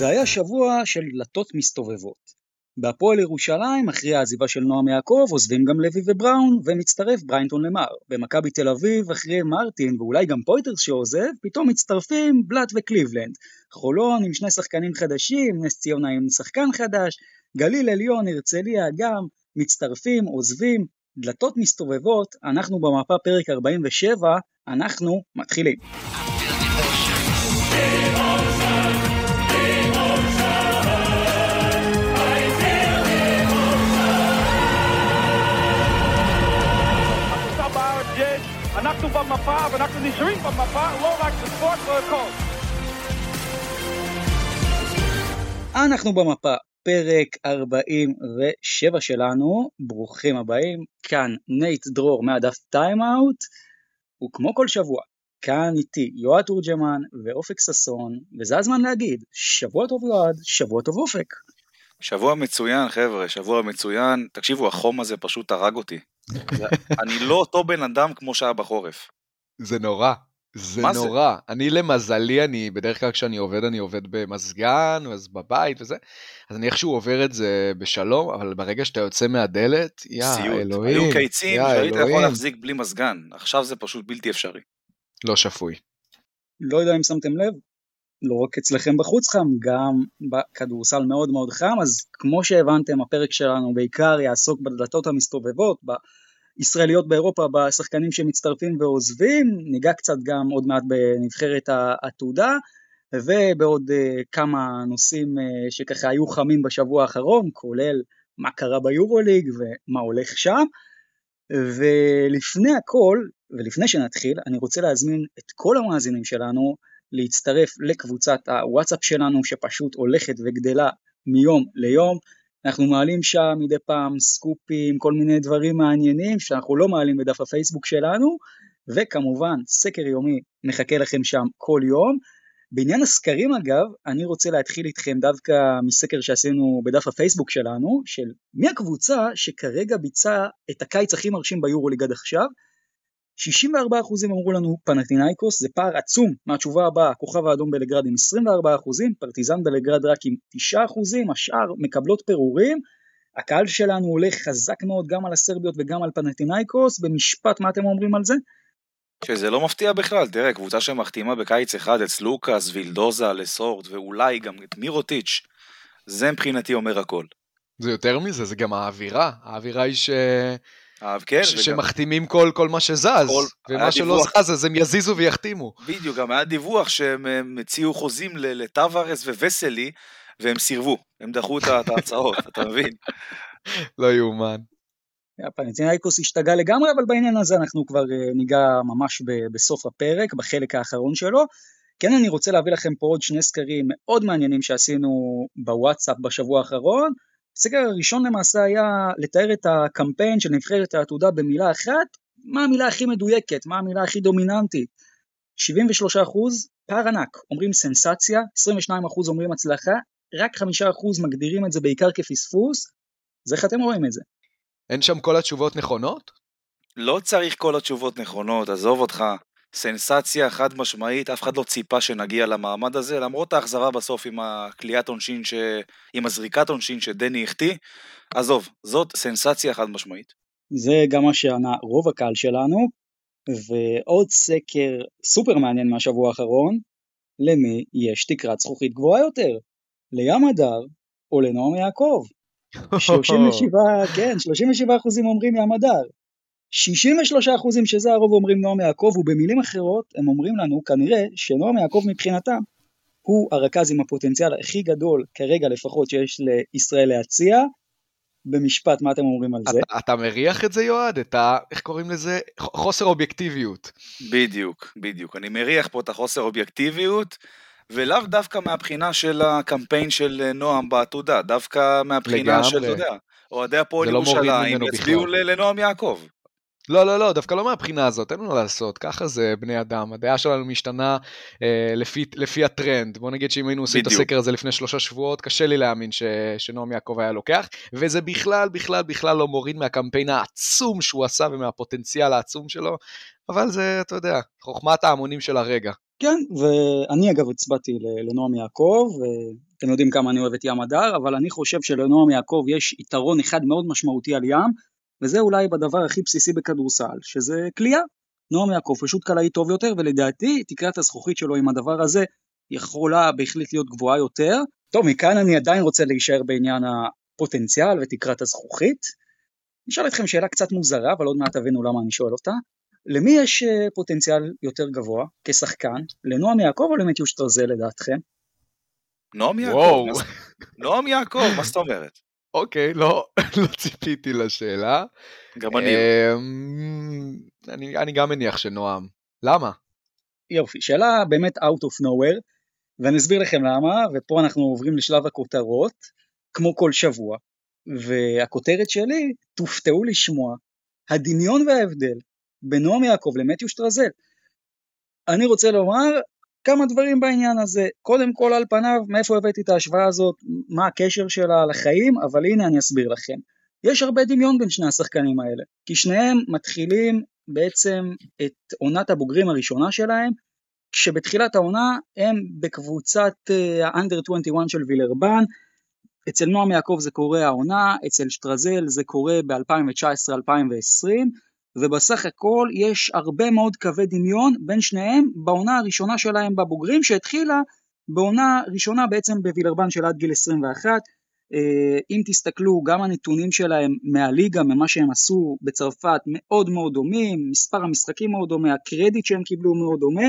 זה היה שבוע של דלתות מסתובבות. בהפועל ירושלים, אחרי העזיבה של נועם יעקב, עוזבים גם לוי ובראון, ומצטרף בריינטון למר. במכבי תל אביב, אחרי מרטין, ואולי גם פויטרס שעוזב, פתאום מצטרפים בלאט וקליבלנד. חולון עם שני שחקנים חדשים, נס ציונה עם שחקן חדש, גליל עליון, הרצליה גם, מצטרפים, עוזבים, דלתות מסתובבות. אנחנו במפה פרק 47, אנחנו מתחילים. אנחנו במפה, ואנחנו נשארים במפה, לא רק בספורט, לא הכל. אנחנו במפה, פרק 47 שלנו, ברוכים הבאים, כאן נייט דרור מהדף טיימאוט, וכמו כל שבוע, כאן איתי יועד תורג'מן ואופק ססון, וזה הזמן להגיד, שבוע טוב יועד, שבוע טוב אופק. שבוע מצוין חבר'ה, שבוע מצוין, תקשיבו, החום הזה פשוט הרג אותי. אני לא אותו בן אדם כמו שהיה בחורף. זה נורא, זה נורא. אני למזלי, אני בדרך כלל כשאני עובד במזגן, אז בבית וזה, אז אני איכשהו עובר את זה בשלום, אבל ברגע שאתה יוצא מהדלת, יא אלוהים. היו קיצים שהיית יכול להחזיק בלי מזגן, עכשיו זה פשוט בלתי אפשרי. לא שפוי. לא יודע אם שמתם לב, לא רק אצלכם בחוץ חם, גם בכדורסל מאוד מאוד חם, אז כמו שהבנתם, הפרק שלנו בעיקר יעסוק בדלתות המסתובבות, בישראליות באירופה, בשחקנים שמצטרפים ועוזבים, ניגע קצת גם עוד מעט בנבחרת העתודה, ובעוד כמה נושאים שככה היו חמים בשבוע האחרון, כולל מה קרה ביורוליג ומה הולך שם, ולפני הכל, ולפני שנתחיל, אני רוצה להזמין את כל המאזינים שלנו, להצטרף לקבוצת הוואטסאפ שלנו שפשוט הולכת וגדלה מיום ליום. אנחנו מעלים שם מדי פעם סקופים, כל מיני דברים מעניינים שאנחנו לא מעלים בדף הפייסבוק שלנו, וכמובן סקר יומי מחכה לכם שם כל יום. בעניין הסקרים אגב, אני רוצה להתחיל איתכם דווקא מסקר שעשינו בדף הפייסבוק שלנו, של מי הקבוצה שכרגע ביצעה את הקיץ הכי מרשים ביורוליג עד עכשיו. 64% אמרו לנו פנתינייקוס, זה פער עצום מהתשובה הבאה, כוכב האדום בלגרד עם 24%, פרטיזן בלגרד רק עם 9%, השאר מקבלות פירורים. הקהל שלנו הולך חזק מאוד גם על הסרביות וגם על פנתינייקוס. במשפט מה אתם אומרים על זה? שזה לא מפתיע בכלל, תראה, קבוצה שמחתימה בקיץ אחד את סלוקס, וילדוזה, לסורט, ואולי גם את מירוטיץ', זה מבחינתי אומר הכל. זה יותר מזה, זה גם האווירה היא כן, שמחתימים כל מה שזז, ומה שלא זז אז הם יזיזו ויחתימו. בדיוק, גם היה דיווח שהם הציעו חוזים לטווארס וווסלי, והם סירבו, הם דחו את ההצעות, אתה מבין? לא יאומן. פנתינייקוס השתגע לגמרי, אבל בעניין הזה אנחנו כבר ניגע ממש בסוף הפרק, בחלק האחרון שלו. כן, אני רוצה להביא לכם פה עוד שני סקרים מאוד מעניינים שעשינו בוואטסאפ בשבוע האחרון. הסקר הראשון למעשה היה לתאר את הקמפיין של נבחרת העתודה במילה אחת, מה המילה הכי מדויקת, מה המילה הכי דומיננטית. 73% פער ענק, אומרים סנסציה, 22% אומרים הצלחה, רק 5% מגדירים את זה בעיקר כפספוס. אז איך אתם רואים את זה? אין שם כל התשובות נכונות? לא צריך כל התשובות נכונות, עזוב אותך. סנסציה חד משמעית, אף אחד לא ציפה שנגיע למעמד הזה, למרות האכזבה בסוף עם הקליעת עונשין, עם הזריקת עונשין שדני החטיא, עזוב, זאת סנסציה חד משמעית. זה גם מה שענה רוב הקהל שלנו, ועוד סקר סופר מעניין מהשבוע האחרון, למי יש תקרת זכוכית גבוהה יותר, לים הדר או לנועם יעקב. 37% אומרים ים הדר. 63% שזה הרוב אומרים נועם יעקב, ובמילים אחרות הם אומרים לנו כנראה שנועם יעקב מבחינתם הוא הרכז עם הפוטנציאל הכי גדול כרגע לפחות שיש לישראל להציע. במשפט מה אתם אומרים על זה? אתה מריח את זה יועד? איך קוראים לזה? חוסר אובייקטיביות. בדיוק, אני מריח פה את החוסר אובייקטיביות, ולאו דווקא מהבחינה של הקמפיין של נועם בעתודה, דווקא מהבחינה של, אתה יודע, אוהדי הפועל ירושלים יצביעו לנועם יעקב. לא, דווקא לא מהבחינה הזאת, אין לנו לעשות, ככה זה בני אדם, הדעה שלנו משתנה לפי הטרנד, בוא נגיד שאם היינו עושים את הסקר הזה לפני 3 שבועות, קשה לי להאמין שנועם יעקב היה לוקח, וזה בכלל לא מוריד מהקמפיין העצום שהוא עשה, ומהפוטנציאל העצום שלו, אבל זה, אתה יודע, חוכמת ההמונים של הרגע. כן, ואני אגב הצבעתי לנועם יעקב, ואתם יודעים כמה אני אוהב את ים הדר, אבל אני חושב שלנועם יעקב יש יתרון אחד מאוד משמעותי על ים, וזה אולי בדבר הכי בסיסי בכדורסל, שזה קליעה. נועם יעקב פשוט קלעי טוב יותר, ולדעתי תקרת הזכוכית שלו עם הדבר הזה יכולה בהחליט להיות גבוהה יותר. טוב, מכאן אני עדיין רוצה להישאר בעניין הפוטנציאל ותקרת הזכוכית. נשאל אתכם שאלה קצת מוזרה, אבל עוד מעט תבינו למה אני שואל אותה. למי יש פוטנציאל יותר גבוה כשחקן? לנועם יעקב או למתיו שטרזל לדעתכם? נועם יעקב. נועם יעקב, מה זאת אומרת? אוקיי, לא ציפיתי לשאלה. גם אני גם מניח שנועם. למה? יופי, שאלה באמת out of nowhere, ואני אסביר לכם למה, ופה אנחנו עוברים לשלב הכותרות, כמו כל שבוע, והכותרת שלי, תופתעו לשמוע, הדמיון וההבדל בין נועם יעקב למתיו שטרזל. אני רוצה לומר כמה דברים בעניין הזה. קודם כל על פניו, מאיפה הבאתי את ההשוואה הזאת, מה הקשר שלה לחיים, אבל הנה אני אסביר לכם. יש הרבה דמיון בין שני השחקנים האלה, כי שניהם מתחילים בעצם את עונת הבוגרים הראשונה שלהם, כשבתחילת העונה הם בקבוצת ה-Under 21 של וילרבן. אצל נועם יעקב זה קורה העונה, אצל שטרזל זה קורה ב-2019-2020, ובסך הכל יש הרבה מאוד קווי דמיון בין שניהם בעונה הראשונה שלהם בבוגרים, שהתחילה בעונה ראשונה בעצם בווילרבן של עד גיל 21. אם תסתכלו גם הנתונים שלהם מהליגה, ממה שהם עשו בצרפת מאוד מאוד דומים, מספר המשחקים מאוד דומה, הקרדיט שהם קיבלו מאוד דומה,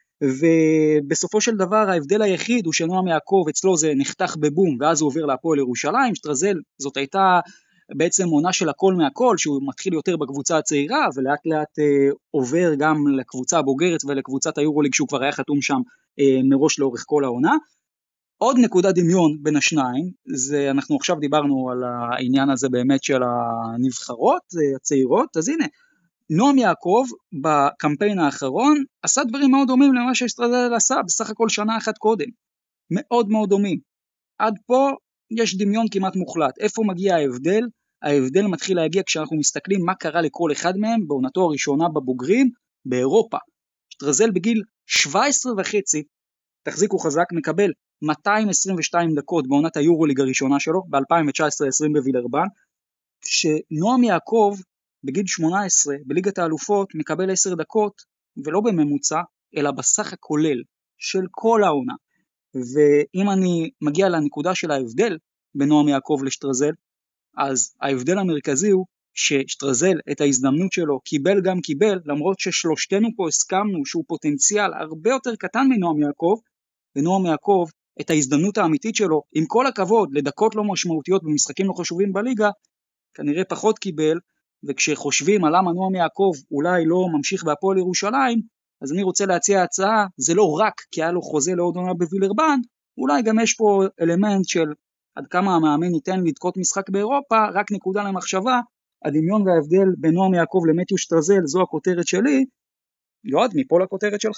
ובסופו של דבר ההבדל היחיד הוא שנועם יעקב אצלו זה נחתך בבום ואז הוא עובר להפועל ירושלים. שטרזל זאת הייתה בעצם עונה של הכל מהכל, שהוא מתחיל יותר בקבוצה הצעירה ולאט לאט עובר גם לקבוצה הבוגרת ולקבוצת היורוליג שהוא כבר היה חתום שם מראש לאורך כל העונה. עוד נקודה דמיון בין השניים, זה אנחנו עכשיו דיברנו על העניין הזה באמת של הנבחרות הצעירות, אז הנה נועם יעקב בקמפיין האחרון עשה דברים מאוד דומים למה ששטרזל עשה בסך הכל שנה אחת קודם, מאוד מאוד דומים. עד פה יש דמיון כמעט מוחלט. איפה מגיע ההבדל? ההבדל מתחיל להגיע כשאנחנו מסתכלים מה קרה לכל אחד מהם בעונתו הראשונה בבוגרים באירופה. שטרזל בגיל 17 וחצי, תחזיקו חזק, מקבל 222 דקות בעונת היורוליג הראשונה שלו ב-2019-2020 בווילרבן, שנועם יעקב בגיל 18 בליגת האלופות מקבל 10 דקות, ולא בממוצע, אלא בסך הכולל של כל העונה. ואם אני מגיע לנקודה של ההבדל בין נועם יעקב לשטרזל, אז ההבדל המרכזי הוא ששטרזל את ההזדמנות שלו קיבל גם קיבל, למרות ששלושתנו פה הסכמנו שהוא פוטנציאל הרבה יותר קטן מנועם יעקב, ונועם יעקב את ההזדמנות האמיתית שלו, עם כל הכבוד לדקות לא משמעותיות במשחקים לא חשובים בליגה, כנראה פחות קיבל. וכשחושבים על למה נועם יעקב אולי לא ממשיך בהפועל ירושלים, אז אני רוצה להציע הצעה, זה לא רק כי היה לו חוזה לעוד עונה בווילרבן, אולי גם יש פה אלמנט של עד כמה המאמן ייתן לדקות משחק באירופה. רק נקודה למחשבה, הדמיון וההבדל בין נועם יעקב למתיו שטרזל, זו הכותרת שלי. יועד, מפה לכותרת שלך.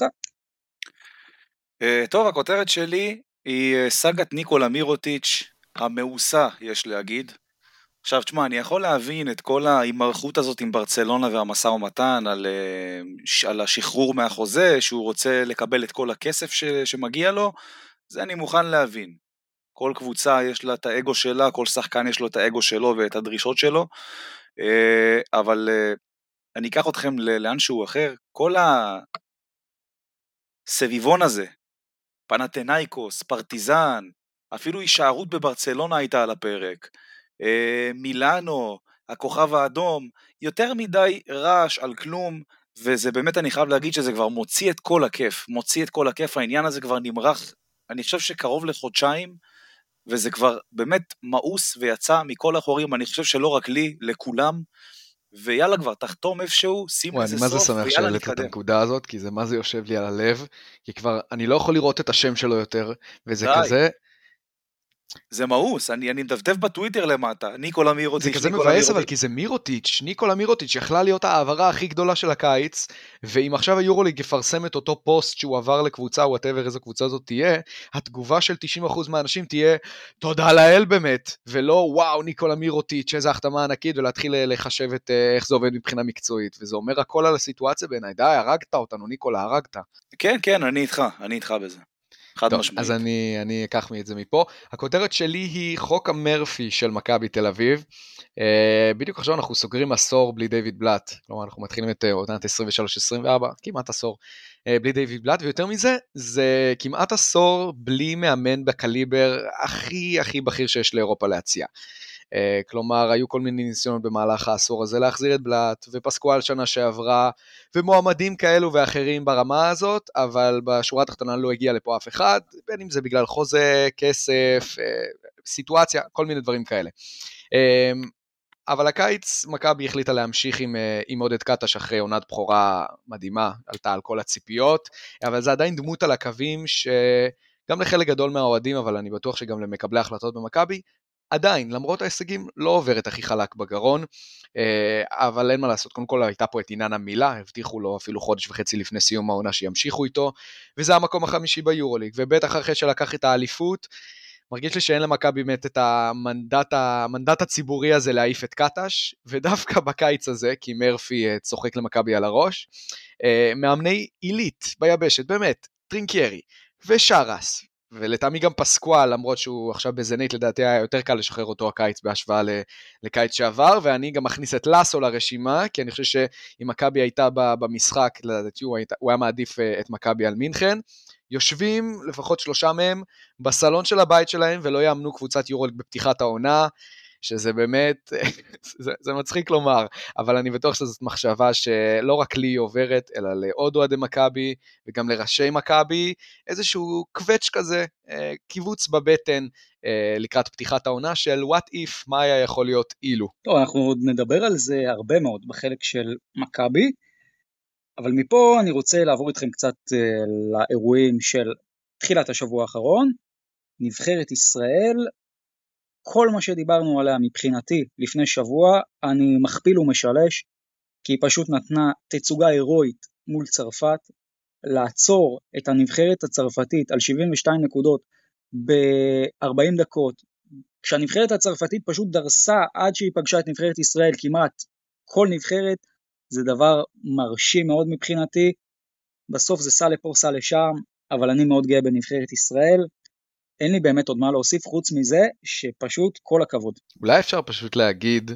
טוב, הכותרת שלי היא סגת ניקולה מירוטיץ' המאוסה, יש להגיד. עכשיו, תשמע, אני יכול להבין את כל ההימרחות הזאת עם ברצלונה והמשא ומתן על השחרור מהחוזה, שהוא רוצה לקבל את כל הכסף שמגיע לו, זה אני מוכן להבין. כל קבוצה יש לה את האגו שלה, כל שחקן יש לו את האגו שלו ואת הדרישות שלו, אבל אני אקח אתכם לאנשהו אחר. כל הסביבון הזה, פנתנייקוס, פרטיזן, אפילו הישארות בברצלונה הייתה על הפרק, מילאנו, הכוכב האדום, יותר מדי רעש על כלום, וזה באמת, אני חייב להגיד שזה כבר מוציא את כל הכיף, העניין הזה כבר נמרח, אני חושב שקרוב לחודשיים, וזה כבר באמת מאוס ויצא מכל החורים. אני חושב שלא רק לי, לכולם, ויאללה כבר, תחתום איפשהו, שים לזה סוף, אני מה זה שמח שהעלית את הנקודה הזאת, כי זה מה זה יושב לי על הלב, כי כבר אני לא יכול לראות את השם שלו יותר, וזה כזה, זה מאוס, אני מדפדף בטוויטר למטה, ניקולה מירוטיץ'. זה כזה מבאס אבל כי זה מירוטיץ', ניקולה מירוטיץ' יכלה להיות העברה הכי גדולה של הקיץ, ואם עכשיו היורוליג יפרסם את אותו פוסט שהוא עבר לקבוצה, whatever איזו קבוצה זאת תהיה, התגובה של 90% מהאנשים תהיה, תודה לאל באמת, ולא וואו ניקולה מירוטיץ' איזה החתמה ענקית, ולהתחיל לחשב את איך זה עובד מבחינה מקצועית, וזה אומר הכל על הסיטואציה בעיניי, די, הרגת אותנו ניקולה, הרגת. כן, אני איתך בזה. טוב, אז אני אקח את זה מפה. הכותרת שלי היא חוק המרפי של מכבי תל אביב. בדיוק עכשיו אנחנו סוגרים עשור בלי דיוויד בלאט. כלומר, אנחנו מתחילים את עונת 23-24, כמעט עשור בלי דיוויד בלאט, ויותר מזה, זה כמעט עשור בלי מאמן בקליבר הכי בכיר שיש לאירופה להציע. כלומר, היו כל מיני ניסיונות במהלך העשור הזה להחזיר את בלאט, ופסקואל שנה שעברה, ומועמדים כאלו ואחרים ברמה הזאת, אבל בשורה התחתונה לא הגיע לפה אף אחד, בין אם זה בגלל חוזה, כסף, סיטואציה, כל מיני דברים כאלה. אבל הקיץ, מכבי החליטה להמשיך עם עודד קטש אחרי עונת בחורה מדהימה, עלתה על כל הציפיות, אבל זה עדיין דמות על הקווים שגם לחלק גדול מהאוהדים, אבל אני בטוח שגם למקבלי ההחלטות במכבי, עדיין, למרות ההישגים, לא עוברת הכי חלק בגרון, אבל אין מה לעשות, קודם כל הייתה פה את עינן המילה, הבטיחו לו אפילו חודש וחצי לפני סיום העונה שימשיכו איתו, וזה המקום החמישי ביורוליג, ובטח אחרי שלקח את האליפות, מרגיש לי שאין למכבי באמת את המנדט הציבורי הזה להעיף את קטש, ודווקא בקיץ הזה, כי מרפי צוחק למכבי על הראש, מאמני עילית ביבשת, באמת, טרינקיירי ושרס, ולטעמי גם פסקואל, למרות שהוא עכשיו בזנית, לדעתי היה יותר קל לשחרר אותו הקיץ בהשוואה לקיץ שעבר, ואני גם מכניס את לסו לרשימה, כי אני חושב שאם מכבי הייתה במשחק, לדעתי הוא היה מעדיף את מכבי על מינכן, יושבים לפחות 3 מהם בסלון של הבית שלהם, ולא יאמנו קבוצת יורוליג בפתיחת העונה, שזה באמת, זה מצחיק לומר, אבל אני בטוח שזאת מחשבה שלא רק לי עוברת, אלא לעוד אוהדי מכבי, וגם לראשי מכבי, איזשהו קווץ' כזה, קיבוץ בבטן, לקראת פתיחת העונה של what if, מה היה יכול להיות אילו. טוב, אנחנו עוד נדבר על זה הרבה מאוד בחלק של מכבי, אבל מפה אני רוצה לעבור איתכם קצת לאירועים של תחילת השבוע האחרון, נבחרת ישראל, כל מה שדיברנו עליה מבחינתי לפני שבוע, אני מכפיל ומשלש, כי היא פשוט נתנה תצוגה הירואית מול צרפת, לעצור את הנבחרת הצרפתית על 72 נקודות ב-40 דקות, כשהנבחרת הצרפתית פשוט דרסה עד שהיא פגשה את נבחרת ישראל כמעט כל נבחרת, זה דבר מרשים מאוד מבחינתי, בסוף זה סע לפה סע לשם, אבל אני מאוד גאה בנבחרת ישראל, אין לי באמת עוד מה להוסיף חוץ מזה, שפשוט כל הכבוד. אולי אפשר פשוט להגיד,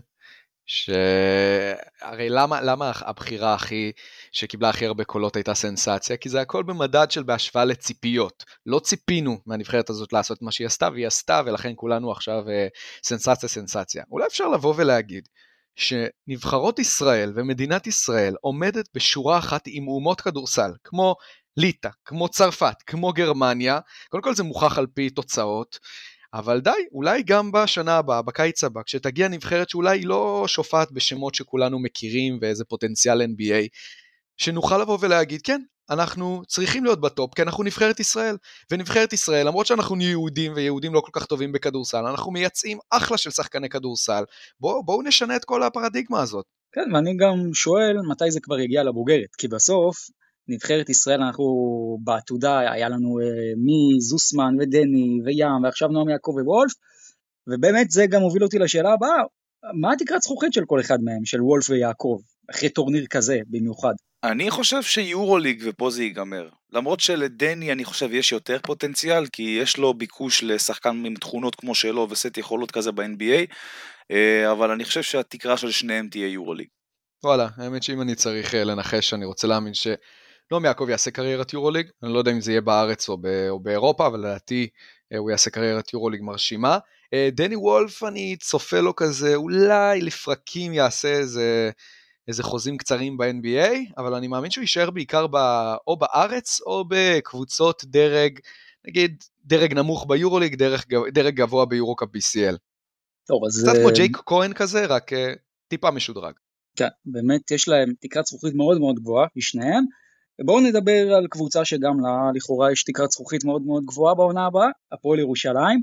הרי למה הבחירה שקיבלה הכי הרבה קולות הייתה סנסציה? כי זה הכל במדד של בהשוואה לציפיות. לא ציפינו מהנבחרת הזאת לעשות מה שהיא עשתה, והיא עשתה, ולכן כולנו עכשיו סנסציה. אולי אפשר לבוא ולהגיד, שנבחרות ישראל ומדינת ישראל עומדת בשורה אחת עם אומות כדורסל, כמו ליטא, כמו צרפת, כמו גרמניה, קודם כל זה מוכח על פי תוצאות, אבל די, אולי גם בשנה הבאה, בקיץ הבא, כשתגיע נבחרת שאולי היא לא שופעת בשמות שכולנו מכירים, ואיזה פוטנציאל NBA, שנוכל לבוא ולהגיד, כן, אנחנו צריכים להיות בטופ, כי אנחנו נבחרת ישראל, ונבחרת ישראל, למרות שאנחנו יהודים, ויהודים לא כל כך טובים בכדורסל, אנחנו מייצאים אחלה של שחקני כדורסל, בואו נשנה את כל הפרדיגמה הזאת. כן, ואני גם שואל, מתי זה כבר יגיע לבוגרת, כי בסוף, נבחרת ישראל, אנחנו בעתודה, היה לנו זוסמן ודני וים, ועכשיו נועם יעקב ווולף, ובאמת זה גם הוביל אותי לשאלה הבאה, מה תקרת זכוכית של כל אחד מהם, של וולף ויעקב, אחרי טורניר כזה במיוחד? אני חושב שיורוליג ופה זה ייגמר, למרות שלדני אני חושב יש יותר פוטנציאל, כי יש לו ביקוש לשחקן עם תכונות כמו שלו וסט יכולות כזה ב-NBA, אבל אני חושב שהתקרה של שניהם תהיה יורוליג. וואלה, האמת שאם אני צריך לנחש, אני רוצה להאמין נועם יעקב יעשה קריירת יורוליג, אני לא יודע אם זה יהיה בארץ או באירופה, אבל לדעתי הוא יעשה קריירת יורוליג מרשימה. דני וולף אני צופה לו כזה, אולי לפרקים יעשה איזה חוזים קצרים ב-NBA, אבל אני מאמין שהוא יישאר בעיקר או בארץ או בקבוצות דרג, נגיד דרג נמוך ביורוליג, דרג גבוה ביורוקאפ BCL. קצת כמו ג'ייק כהן כזה, רק טיפה משודרג. כן, באמת יש להם תקרת זכוכית מאוד מאוד גבוהה, לשניהם, ובואו נדבר על קבוצה שגם לה לכאורה יש תקרת זכוכית מאוד מאוד גבוהה בעונה הבאה, הפועל ירושלים,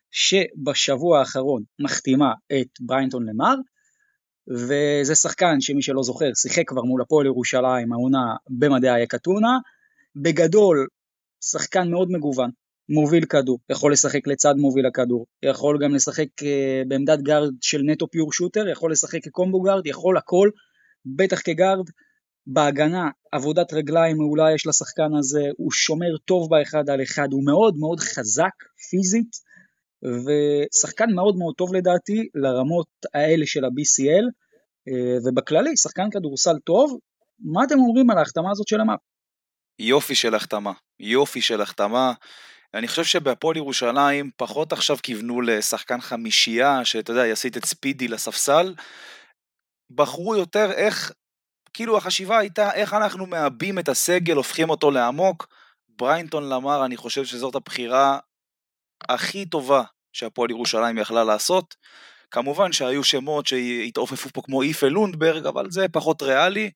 שבשבוע האחרון מחתימה את בריינטון למר, וזה שחקן שמי שלא זוכר, שיחק כבר מול הפועל ירושלים, העונה במדעי היקטונה, בגדול שחקן מאוד מגוון, מוביל כדור, יכול לשחק לצד מוביל הכדור, יכול גם לשחק בעמדת גארד של נטו פיור שוטר, יכול לשחק כקומבו גארד, יכול הכל, בטח כגארד, בהגנה, עבודת רגליים מעולה יש לשחקן הזה, הוא שומר טוב באחד על אחד, הוא מאוד מאוד חזק פיזית, ושחקן מאוד מאוד טוב לדעתי לרמות האלה של ה-BCL, ובכללי שחקן כדורסל טוב. מה אתם אומרים על ההחתמה הזאת של המאפ? יופי של החתמה, יופי של החתמה. אני חושב שבהפועל ירושלים פחות עכשיו כיוונו לשחקן חמישייה, שאתה יודע, יעשית את ספידי לספסל, בחרו יותר איך, כאילו החשיבה הייתה איך אנחנו מאבים את הסגל, הופכים אותו לעמוק. בריינטון למר, אני חושב שזאת הבחירה הכי טובה שהפועל ירושלים יכלה לעשות. כמובן שהיו שמות שהתעופפו פה כמו איפה לונדברג, אבל זה פחות ריאלי.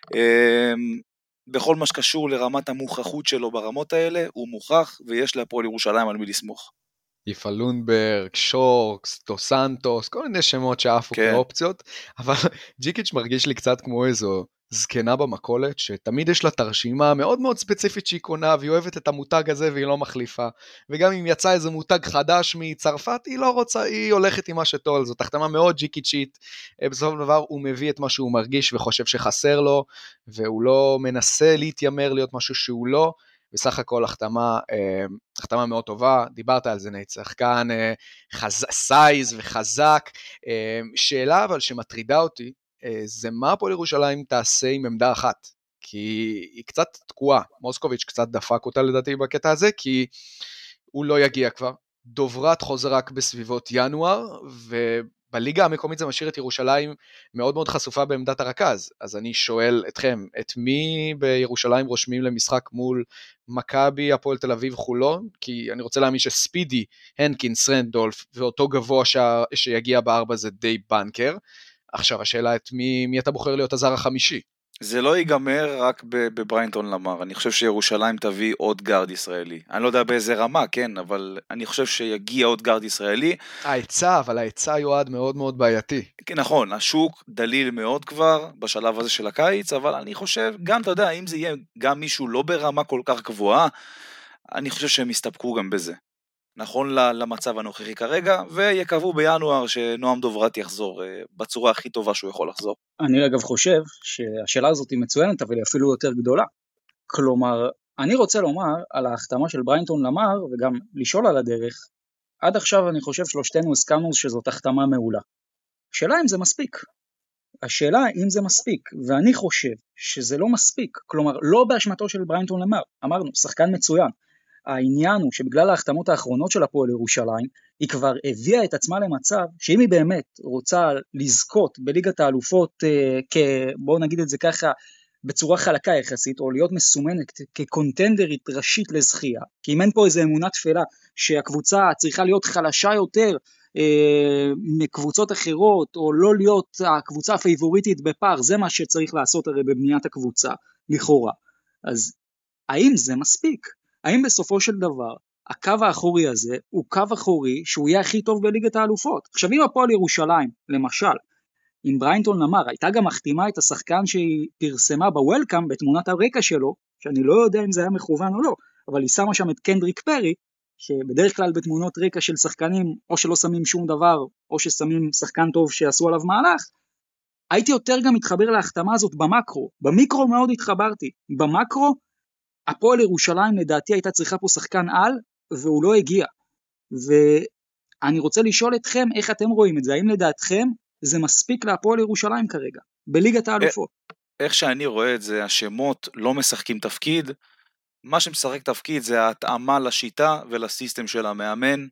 בכל מה שקשור לרמת המוכחות שלו ברמות האלה, הוא מוכח, ויש להפועל ירושלים על מי לסמוך. איפה לונדברג, שורקס, דו סנטוס, כל מיני שמות שעפו כאופציות, אבל ג'יקיץ' מרגיש לי קצת כמו איזו זקנה במכולת, שתמיד יש לה תרשימה מאוד מאוד ספציפית שהיא קונה, והיא אוהבת את המותג הזה והיא לא מחליפה, וגם אם יצא איזה מותג חדש מצרפת, היא לא רוצה, היא הולכת עם מה שטוב, זאת החתמה מאוד ג'יקיצ'ית, בסוף דבר הוא מביא את מה שהוא מרגיש וחושב שחסר לו, והוא לא מנסה להתיימר להיות משהו שהוא לא, בסך הכל החתמה מאוד טובה, דיברת על זה נייט, שחקן סייז וחזק, שאלה אבל שמטרידה אותי, זה מה הפועל ירושלים תעשה עם עמדה אחת, כי היא קצת תקועה, מוסקוביץ' קצת דפק אותה לדעתי בקטע הזה, כי הוא לא יגיע כבר, דוברת חוזר רק בסביבות ינואר, בליגה המקומית זה משאיר את ירושלים מאוד מאוד חשופה בעמדת הרכז, אז אני שואל אתכם, את מי בירושלים רושמים למשחק מול מכבי, הפועל תל אביב, חולון? כי אני רוצה להאמין שספידי, הנקינס, רנדולף, ואותו גבוה שיגיע בארבע זה די בנקר. עכשיו השאלה את מי אתה בוחר להיות הזר החמישי? זה לא ייגמר רק בבריינטון למר, אני חושב שירושלים תביא עוד גארד ישראלי, אני לא יודע באיזה רמה, כן, אבל אני חושב שיגיע עוד גארד ישראלי. אבל ההיצע יועד מאוד מאוד בעייתי. כן, נכון, השוק דליל מאוד כבר בשלב הזה של הקיץ, אבל אני חושב, גם אתה יודע, אם זה יהיה גם מישהו לא ברמה כל כך גבוהה, אני חושב שהם יסתפקו גם בזה. נכון למצב הנוכחי כרגע, ויקבעו בינואר שנועם דוברת יחזור בצורה הכי טובה שהוא יכול לחזור. אני אגב חושב שהשאלה הזאת היא מצוינת, אבל היא אפילו יותר גדולה. כלומר, אני רוצה לומר על ההחתמה של בריינטון למר, וגם לשאול על הדרך, עד עכשיו אני חושב שלושתנו הסכמנו שזאת החתמה מעולה. השאלה אם זה מספיק. השאלה אם זה מספיק, ואני חושב שזה לא מספיק, כלומר לא באשמתו של בריינטון למר, אמרנו, שחקן מצוין. העניין הוא שבגלל ההחתמות האחרונות של הפועל ירושלים, היא כבר הביאה את עצמה למצב שאם היא באמת רוצה לזכות בליגת האלופות, בואו נגיד את זה ככה, בצורה חלקה יחסית, או להיות מסומנת כקונטנדרית ראשית לזכייה, כי אם אין פה איזו אמונה תפלה שהקבוצה צריכה להיות חלשה יותר מקבוצות אחרות, או לא להיות הקבוצה הפייבוריטית בפער, זה מה שצריך לעשות הרי בבניית הקבוצה, לכאורה. אז האם זה מספיק? האם בסופו של דבר, הקו האחורי הזה הוא קו אחורי שהוא יהיה הכי טוב בליגת האלופות? עכשיו אם הפועל ירושלים, למשל, עם בריינטון למר, הייתה גם מחתימה את השחקן שהיא פרסמה בוולקאם בתמונת הרקע שלו, שאני לא יודע אם זה היה מכוון או לא, אבל היא שמה שם את קנדריק פרי, שבדרך כלל בתמונות רקע של שחקנים, או שלא שמים שום דבר, או ששמים שחקן טוב שעשו עליו מהלך, הייתי יותר גם מתחבר להחתמה הזאת במקרו. במיקרו מאוד התחברתי. במקרו, הפועל ירושלים לדעתי הייתה צריכה פה שחקן על, והוא לא הגיע. ואני רוצה לשאול אתכם איך אתם רואים את זה, האם לדעתכם זה מספיק להפועל ירושלים כרגע, בליגת האלופות? איך שאני רואה את זה, השמות לא משחקים תפקיד, מה שמשחק תפקיד זה ההתאמה לשיטה ולסיסטם של המאמן,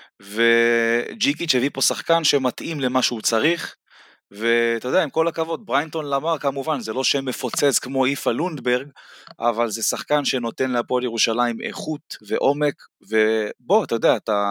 וג'יקיץ' הביא פה שחקן שמתאים למה שהוא צריך, ואתה יודע, עם כל הכבוד, בריינטון למר כמובן, זה לא שם מפוצץ כמו איפה לונדברג, אבל זה שחקן שנותן להפועל ירושלים איכות ועומק, ובוא, אתה יודע, אתה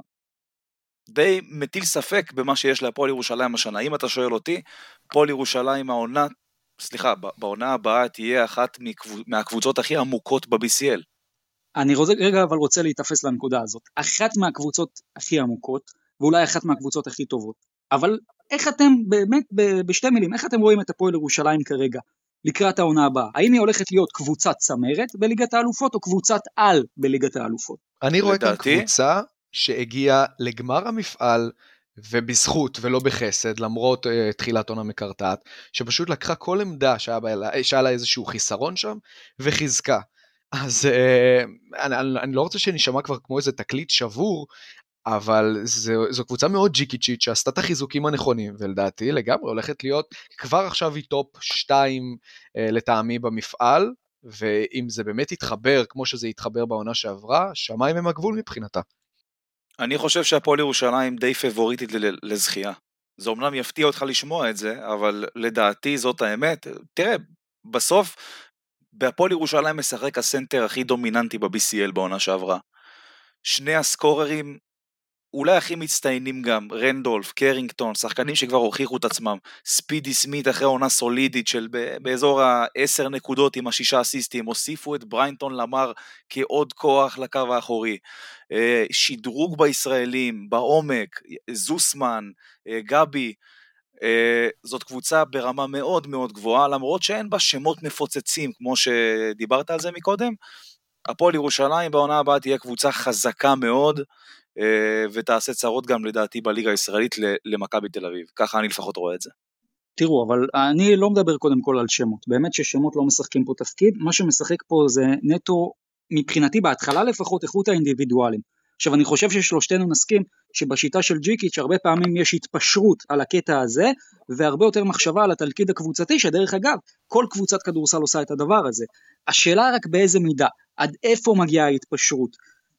די מטיל ספק במה שיש להפועל ירושלים השנה. אם אתה שואל אותי, הפועל ירושלים בעונה הבאה תהיה אחת מהקבוצות הכי עמוקות ב-BCL. אני רוצה להתאפס לנקודה הזאת. אחת מהקבוצות הכי עמוקות, ואולי אחת מהקבוצות הכי טובות, אבל איך אתם באמת, בשתי מילים, איך אתם רואים את הפועל ירושלים כרגע, לקראת העונה הבאה? האם היא הולכת להיות קבוצת צמרת בליגת האלופות, או קבוצת על בליגת האלופות? אני רואה כאן קבוצה שהגיעה לגמר המפעל, ובזכות ולא בחסד, למרות תחילת עונה מקרטעת, שפשוט לקחה כל עמדה שהיה לה איזשהו חיסרון שם, וחיזקה. אז אני לא רוצה שנשמע כבר כמו איזה תקליט שבור, אבל זו קבוצה מאוד ג'יקיצ'ית, שעשתה את החיזוקים הנכונים, ולדעתי לגמרי הולכת להיות, כבר עכשיו היא טופ 2 לטעמי במפעל, ואם זה באמת יתחבר כמו שזה יתחבר בעונה שעברה, שמיים הם הגבול מבחינתה. אני חושב שהפועל ירושלים די פבוריטית לזכייה. זה אומנם יפתיע אותך לשמוע את זה, אבל לדעתי זאת האמת. תראה, בסוף, בהפועל ירושלים משחק הסנטר הכי דומיננטי ב-BCL בעונה שעברה. שני הסקוררים, אולי הכי מצטיינים גם, רנדולף, קרינגטון, שחקנים שכבר הוכיחו את עצמם, ספידי סמית אחרי עונה סולידית של באזור ה-10 נקודות עם 6 אסיסטים, הוסיפו את בריינטון למר כעוד כוח לקו האחורי, שדרוג בישראלים, בעומק, זוסמן, גבי, זאת קבוצה ברמה מאוד מאוד גבוהה, למרות שאין בה שמות מפוצצים, כמו שדיברת על זה מקודם. הפועל ירושלים בעונה הבאה תהיה קבוצה חזקה מאוד, ותעשה צרות גם לדעתי בליגה הישראלית למכבי תל אביב, ככה אני לפחות רואה את זה. תראו, אבל אני לא מדבר קודם כל על שמות, באמת ששמות לא משחקים פה תפקיד, מה שמשחק פה זה נטו, מבחינתי בהתחלה לפחות, איכות האינדיבידואלים. עכשיו אני חושב ששלושתנו נסכים שבשיטה של ג'יקיץ' הרבה פעמים יש התפשרות על הקטע הזה, והרבה יותר מחשבה על התלכיד הקבוצתי, שדרך אגב, כל קבוצת כדורסל עושה את הדבר הזה. השאלה רק באיזה מידה, עד איפה מגיעה ההתפשרות,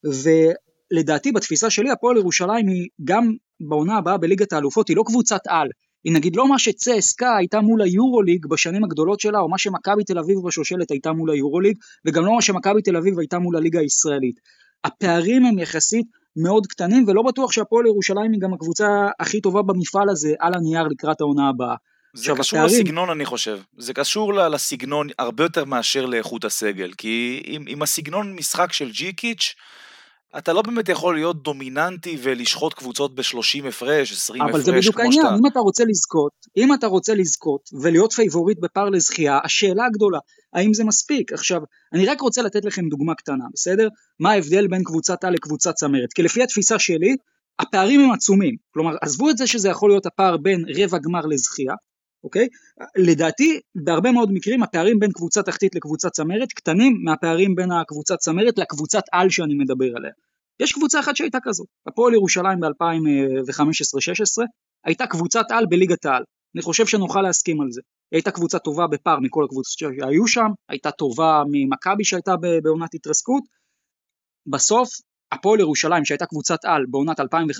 לדעתי בתפיסה שלי הפועל ירושלים היא גם בעונה הבאה בליגת האלופות, היא לא קבוצת על, היא נגיד לא מה שצסקה הייתה מול היורוליג בשנים הגדולות שלה, או מה שמכבי תל אביב בשושלת הייתה מול היורוליג, וגם לא מה שמכבי תל אביב הייתה מול הליגה הישראלית. הפערים הם יחסית מאוד קטנים, ולא בטוח שהפועל ירושלים היא גם הקבוצה הכי טובה במפעל הזה על הנייר לקראת העונה הבאה. זה קשור לסגנון אני חושב, זה קשור לסגנון הרבה יותר מאשר לאיכות הסגל, כי עם הסגנון משחק של ג'יקיץ' אתה לא באמת יכול להיות דומיננטי ולשחוט קבוצות ב-30 הפרש, 20 הפרש. אבל זה בדיוק העניין, אם אתה רוצה לזכות ולהיות פייבוריט בפער לזכייה, השאלה הגדולה, האם זה מספיק? עכשיו, אני רק רוצה לתת לכם דוגמה קטנה, בסדר? מה ההבדל בין קבוצת על לקבוצת צמרת? כי לפי התפיסה שלי, הפערים הם עצומים. כלומר, עזבו את זה שזה יכול להיות הפער בין רבע גמר לזכייה, אוקיי? לדעתי, בהרבה מאוד מקרים, הפערים בין קבוצת תחתית לקבוצת צמרת קטנים מהפערים בין הקבוצת צמרת לקבוצת על שאני מדבר עליה. יש קבוצה אחת שהייתה כזאת, הפועל ירושלים ב-2015-16, הייתה קבוצת על בליגת העל. אני חושב שנוכל להסכים על זה. היא הייתה קבוצה טובה בפער מכל הקבוצות שהיו שם, הייתה טובה ממכבי שהייתה בעונת התרסקות. בסוף, הפועל ירושלים שהייתה קבוצת על בעונת 2015-16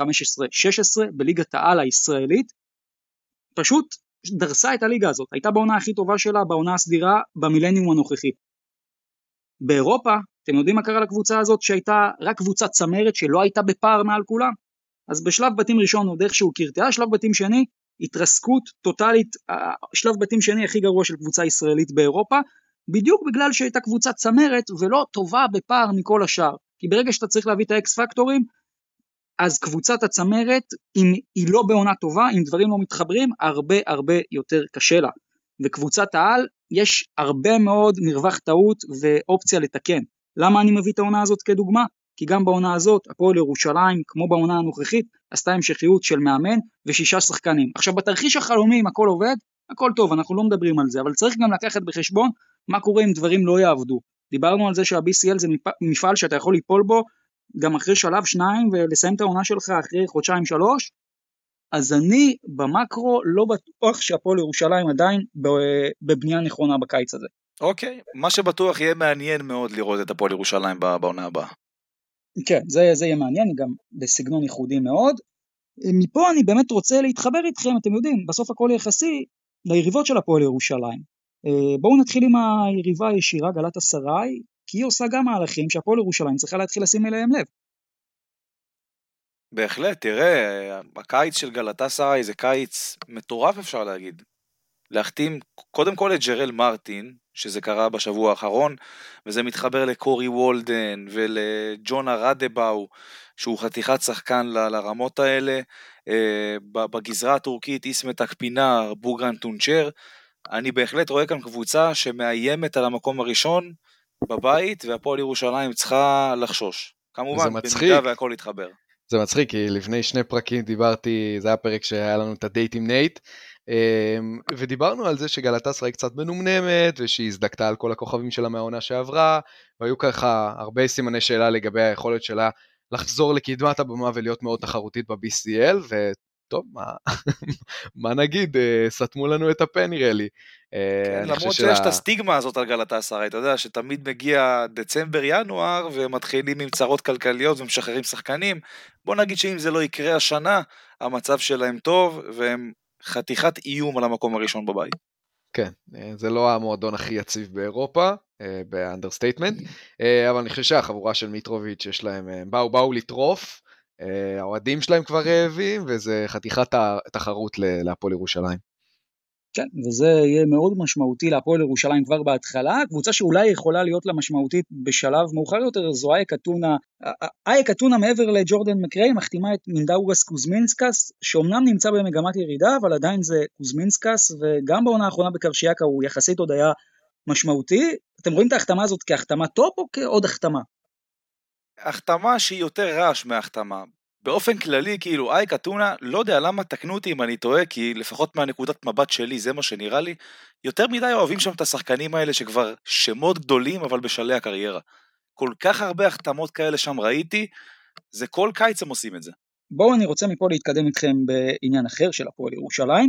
בליגת העל הישראלית, פשוט דרסה את הליגה הזאת, הייתה בעונה הכי טובה שלה, בעונה הסדירה, במילניום הנוכחי. באירופה, אתם יודעים מה קרה לקבוצה הזאת, שהייתה רק קבוצת צמרת, שלא הייתה בפער מעל כולם? אז בשלב בתים ראשון, עוד איכשהו קרטעה, שלב בתים שני, התרסקות טוטלית, שלב בתים שני הכי גרוע של קבוצה ישראלית באירופה, בדיוק בגלל שהייתה קבוצת צמרת, ולא טובה בפער מכל השאר. כי ברגע שאתה צריך להביא את האקס פקטורים, אז קבוצת הצמרת, אם היא לא בעונה טובה, אם דברים לא מתחברים, הרבה יותר קשה לה. וקבוצת העל, יש הרבה מאוד מרווח טעות ואופציה לתקן. למה אני מביא את העונה הזאת כדוגמה? כי גם בעונה הזאת, הפועל ירושלים, כמו בעונה הנוכחית, עשתה המשכיות של מאמן ו6 שחקנים. עכשיו, בתרחיש החלומי, אם הכל עובד, הכל טוב, אנחנו לא מדברים על זה, אבל צריך גם לקחת בחשבון מה קורה אם דברים לא יעבדו. דיברנו על זה שה-BCL זה מפעל שאתה יכול ליפול בו, גם אחרי שלב 2 ולסיים את העונה שלך אחרי חודשיים 3, אז אני במקרו לא בטוח שהפועל ירושלים עדיין בבנייה נכונה בקיץ הזה. אוקיי, מה שבטוח יהיה מעניין מאוד לראות את הפועל ירושלים בעונה הבאה. כן, זה יהיה מעניין, גם בסגנון ייחודי מאוד. מפה אני באמת רוצה להתחבר איתכם, אתם יודעים, בסוף הכל יחסי ליריבות של הפועל ירושלים. בואו נתחיל עם היריבה הישירה, גלאטסראי, כי היא עושה גם מהלכים שהפועל ירושלים צריכה להתחיל לשים אליהם לב. בהחלט, תראה, הקיץ של גלאטסראי זה קיץ מטורף אפשר להגיד. להחתים קודם כל את ג'רל מרטין, שזה קרה בשבוע האחרון, וזה מתחבר לקורי וולדן ולג'ונה רדבאו, שהוא חתיכת שחקן לרמות האלה, בגזרה הטורקית איסמת הקפינר, בוגרן טונצ'ר, אני בהחלט רואה כאן קבוצה שמאיימת על המקום הראשון בבית, והפועל ירושלים צריכה לחשוש. כמובן, במידה והכל יתחבר. זה מצחיק, כי לפני 2 פרקים דיברתי, זה היה פרק שהיה לנו את הדייט עם נייט, ודיברנו על זה שגלאטסראי קצת מנומנמת, ושהיא הזדקתה על כל הכוכבים שלה מהעונה שעברה, והיו ככה הרבה סימני שאלה לגבי היכולת שלה לחזור לקדמת הבמה ולהיות מאוד תחרותית ב-BCL, וטוב, מה נגיד, סתמו לנו את הפה נראה לי. כן, למרות שיש את הסטיגמה הזאת על גלאטסראי, אתה יודע שתמיד מגיע דצמבר-ינואר, ומתחילים עם צרות כלכליות ומשחררים שחקנים, בוא נגיד שאם זה לא יקרה השנה, המצב שלהם טוב, והם חתיכת איום על המקום הראשון בבית. כן, זה לא המועדון הכי יציב באירופה, באנדרסטייטמנט, אבל אני חושב שהחבורה של מיטרוביץ' יש להם, באו לטרוף, האוהדים שלהם כבר רעבים, וזה חתיכת תחרות להפועל ירושלים. כן, וזה יהיה מאוד משמעותי להפועל ירושלים כבר בהתחלה, קבוצה שאולי יכולה להיות לה משמעותית בשלב מאוחר יותר, זו אייק אתונה, אייק אתונה מעבר לג'ורדן מקריי, מחתימה את מינדאוגס קוזמינסקס, שאומנם נמצא במגמת ירידה, אבל עדיין זה קוזמינסקס, וגם בעונה האחרונה בקרשיאקה הוא יחסית עוד היה משמעותי. אתם רואים את ההחתמה הזאת כהחתמה טופ או כעוד החתמה? החתמה שהיא יותר רעש מהחתמה. באופן כללי, כאילו, אייק אתונה, לא יודע למה, תקנו אותי אם אני טועה, כי לפחות מהנקודת מבט שלי, זה מה שנראה לי, יותר מדי אוהבים שם את השחקנים האלה שכבר שמות גדולים, אבל בשלהי הקריירה. כל כך הרבה החתמות כאלה שם ראיתי, זה כל קיץ הם עושים את זה. בואו אני רוצה מפה להתקדם איתכם בעניין אחר של הפועל ירושלים.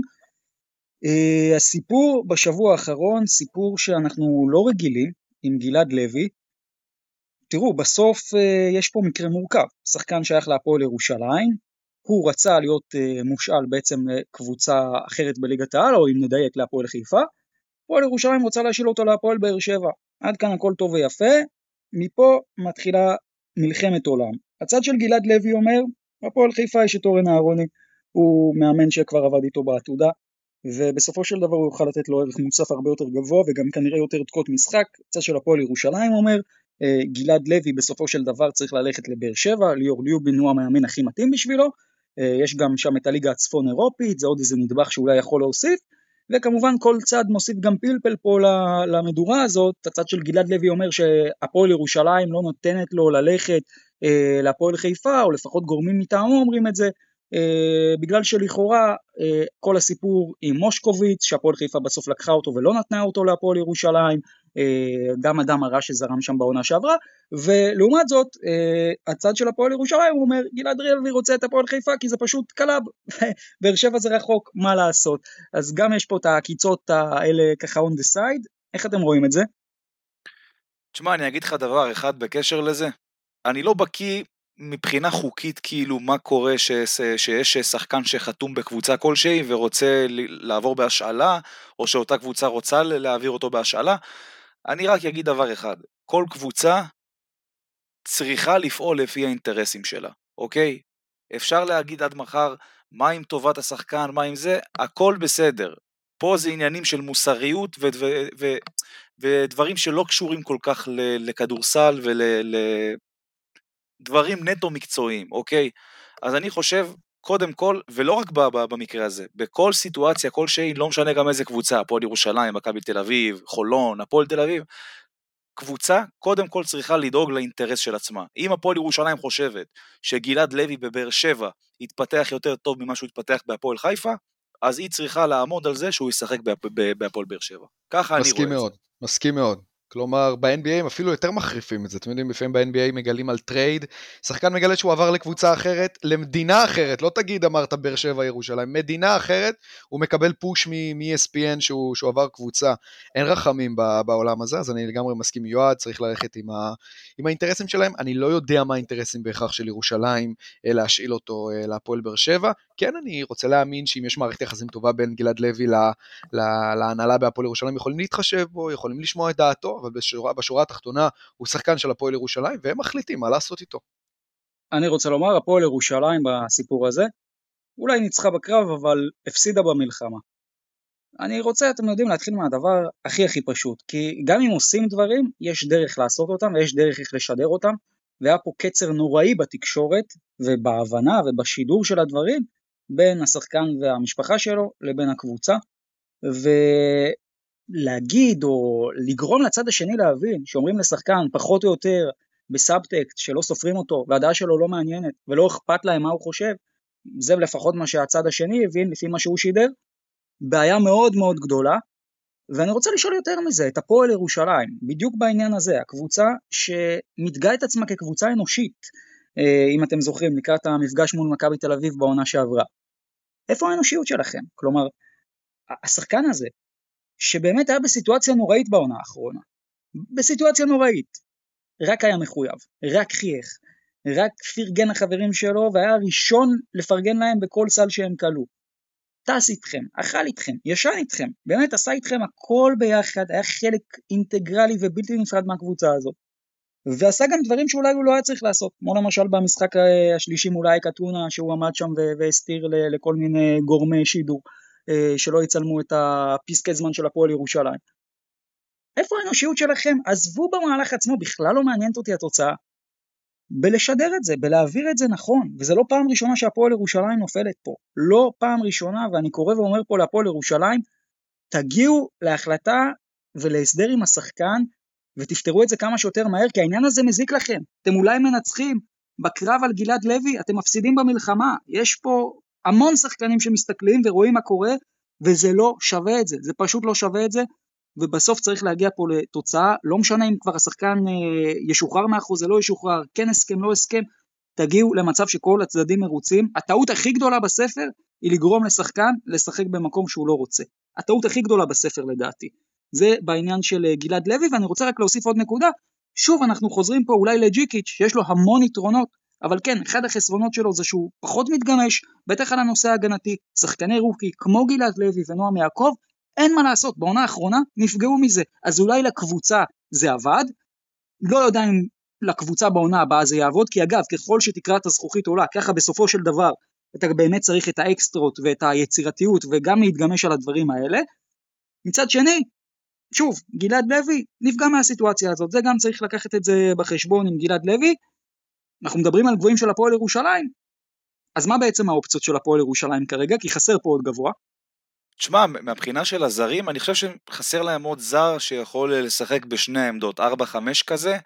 הסיפור בשבוע האחרון, סיפור שאנחנו לא רגילים, עם גלעד לוי. תראו, בסוף יש פה מקרה מורכב, שחקן שייך להפועל ירושלים, הוא רצה להיות מושאל בעצם לקבוצה אחרת בליגת העל, או אם נדייק להפועל חיפה, הפועל ירושלים רוצה להשיל אותו להפועל באר שבע, עד כאן הכל טוב ויפה, מפה מתחילה מלחמת עולם. הצד של גלעד לוי אומר, הפועל חיפה יש את אורן אהרוני, הוא מאמן שכבר עבד איתו בעתודה, ובסופו של דבר הוא יוכל לתת לו ערך מוסף הרבה יותר גבוה, וגם כנראה יותר דקות משחק. הצד של הפועל ירושלים אומר, גלעד לוי בסופו של דבר צריך ללכת לבאר שבע, ליאור ליובין הוא המאמן הכי מתאים בשבילו, יש גם שם את הליגה הצפון אירופית, זה עוד איזה נדבך שאולי יכול להוסיף, וכמובן כל צד מוסיף גם פלפל פה למדורה הזאת. הצד של גלעד לוי אומר שהפועל ירושלים לא נותנת לו ללכת להפועל חיפה, או לפחות גורמים מטעמו אומרים את זה, בגלל שלכאורה כל הסיפור עם מושקוביץ, שהפועל חיפה בסוף לקחה אותו ולא נתנה אותו להפועל ירושלים, גם אדם הרע שזרם שם בעונה שעברה, ולעומת זאת הצד של הפועל ירושלים הוא אומר, גלעד לוי רוצה את הפועל חיפה כי זה פשוט קלאב, באר שבע זה רחוק, מה לעשות? אז גם יש פה את הקיצות האלה ככה on the side. איך אתם רואים את זה? תשמע, אני אגיד לך דבר אחד בקשר לזה, אני לא בקיא מבחינה חוקית כאילו מה קורה שיש שחקן שחתום בקבוצה כלשהי ורוצה לעבור בהשאלה, או שאותה קבוצה רוצה להעביר אותו בהשאלה. אני רק אגיד דבר אחד, כל קבוצה צריכה לפעול לפי האינטרסים שלה, אוקיי? אפשר להגיד עד מחר מה עם טובת השחקן, מה עם זה, הכל בסדר. פה זה עניינים של מוסריות ודברים שלא קשורים כל כך לכדורסל דברים נטו מקצועיים, אוקיי? אז אני חושב, קודם כל, ולא רק במקרה הזה, בכל סיטואציה, כל שהיא, לא משנה גם איזה קבוצה, הפועל ירושלים, מכבי תל אביב, חולון, הפועל תל אביב, קבוצה, קודם כל צריכה לדאוג לאינטרס של עצמה. אם הפועל ירושלים חושבת שגלעד לוי בבאר שבע יתפתח יותר טוב ממה שהוא יתפתח בהפועל חיפה, אז היא צריכה לעמוד על זה שהוא ישחק בהפועל באר שבע. ככה אני רואה את זה. מסכים מאוד. כלומר, ב-NBA הם אפילו יותר מחריפים את זה. אתם יודעים, לפעמים ב-NBA מגלים על טרייד, שחקן מגלה שהוא עבר לקבוצה אחרת, למדינה אחרת, לא תגיד אמרת באר שבע ירושלים, מדינה אחרת, הוא מקבל פוש מ-ESPN שהוא עבר קבוצה. אין רחמים בעולם הזה, אז אני לגמרי מסכים מיועד, צריך ללכת עם האינטרסים שלהם. אני לא יודע מה האינטרסים בהכרח של ירושלים, להשאיל אותו להפועל באר שבע. כן, אני רוצה להאמין שאם יש מערכת יחסים טובה בין גלעד לוי להנהלה בהפועל ירושלים, יכולים להתחשב בו, יכולים לשמוע את דעתו, אבל בשורה התחתונה הוא שחקן של הפועל ירושלים, והם מחליטים מה לעשות איתו. אני רוצה לומר, הפועל ירושלים בסיפור הזה, אולי ניצחה בקרב, אבל הפסידה במלחמה. אני רוצה, אתם יודעים, להתחיל מהדבר הכי פשוט, כי גם אם עושים דברים, יש דרך לעשות אותם, ויש דרך איך לשדר אותם, והיה פה קצר נוראי בתקשורת, ובהבנה ובשידור של הדברים, בין השחקן והמשפחה שלו, לבין הקבוצה, ולהגיד או לגרום לצד השני להבין, שאומרים לשחקן פחות או יותר בסאבטקסט, שלא סופרים אותו, והדעה שלו לא מעניינת, ולא אכפת להם מה הוא חושב, זה לפחות מה שהצד השני הבין, לפי מה שהוא שידר, בעיה מאוד מאוד גדולה, ואני רוצה לשאול יותר מזה, את הפועל ירושלים, בדיוק בעניין הזה, הקבוצה שמתגאה את עצמה כקבוצה אנושית, אם אתם זוכרים, לקראת המפגש מול מכבי תל אביב בעונה שעברה. איפה האנושיות שלכם? כלומר, השחקן הזה, שבאמת היה בסיטואציה נוראית בעונה האחרונה, בסיטואציה נוראית, רק היה מחויב, רק חייך, רק פרגן החברים שלו, והיה הראשון לפרגן להם בכל סל שהם קלו. טס איתכם, אכל איתכם, ישן איתכם, באמת עשה איתכם הכל ביחד, היה חלק אינטגרלי ובלתי נפרד מהקבוצה הזאת, ועשה גם דברים שאולי הוא לא היה צריך לעשות, כמו למשל במשחק השלישי מול אייק אתונה, שהוא עמד שם והסתיר לכל מיני גורמי שידור, שלא יצלמו את הפסקי זמן של הפועל ירושלים. איפה האנושיות שלכם? עזבו במהלך עצמו, בכלל לא מעניינת אותי התוצאה, בלשדר את זה, בלהעביר את זה נכון, וזה לא פעם ראשונה שהפועל ירושלים נופלת פה, לא פעם ראשונה, ואני קורא ואומר פה להפועל ירושלים, תגיעו להחלטה ולהסדר עם השחקן, ותפתרו את זה כמה שיותר מהר, כי העניין הזה מזיק לכם, אתם אולי מנצחים, בקרב על גלעד לוי, אתם מפסידים במלחמה, יש פה המון שחקנים שמסתכלים ורואים מה קורה, וזה לא שווה את זה, זה פשוט לא שווה את זה, ובסוף צריך להגיע פה לתוצאה, לא משנה אם כבר השחקן ישוחרר מהחוזה, זה לא ישוחרר, כן הסכם, לא הסכם, תגיעו למצב שכל הצדדים מרוצים, הטעות הכי גדולה בספר, היא לגרום לשחקן לשחק במקום שהוא לא רוצה, הטעות הכי גדולה בספר לדעתי, זה בעניין של גלעד לוי, ואני רוצה רק להוסיף עוד נקודה, שוב אנחנו חוזרים פה אולי לג'יקיץ', שיש לו המון יתרונות, אבל כן, אחד החסרונות שלו זה שהוא פחות מתגמש, בטח על הנושא ההגנתי, שחקני רוקי כמו גלעד לוי ונועם יעקב, אין מה לעשות, בעונה האחרונה נפגעו מזה, אז אולי לקבוצה זה עבד, לא יודע אם לקבוצה בעונה הבאה זה יעבוד, כי אגב, ככל שתקרת הזכוכית עולה, ככה בסופו של דבר, אתה באמת צריך את האקסטרות ואת היצירתיות, וגם להתגמש על הדברים האלה. מצד שני, שוב, גלעד לוי נפגע מהסיטואציה הזאת, זה גם צריך לקחת את זה בחשבון עם גלעד לוי, אנחנו מדברים על גבוהים של הפועל ירושלים, אז מה בעצם האופציות של הפועל ירושלים כרגע, כי חסר פה עוד גבוה, תשמע, מהבחינה של הזרים, אני חושב שחסר להם עוד זר שיכול לשחק בשני העמדות, 4-5 כזה.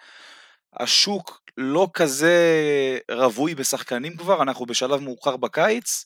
השוק לא כזה רבוי בשחקנים כבר, אנחנו בשלב מאוחר בקיץ,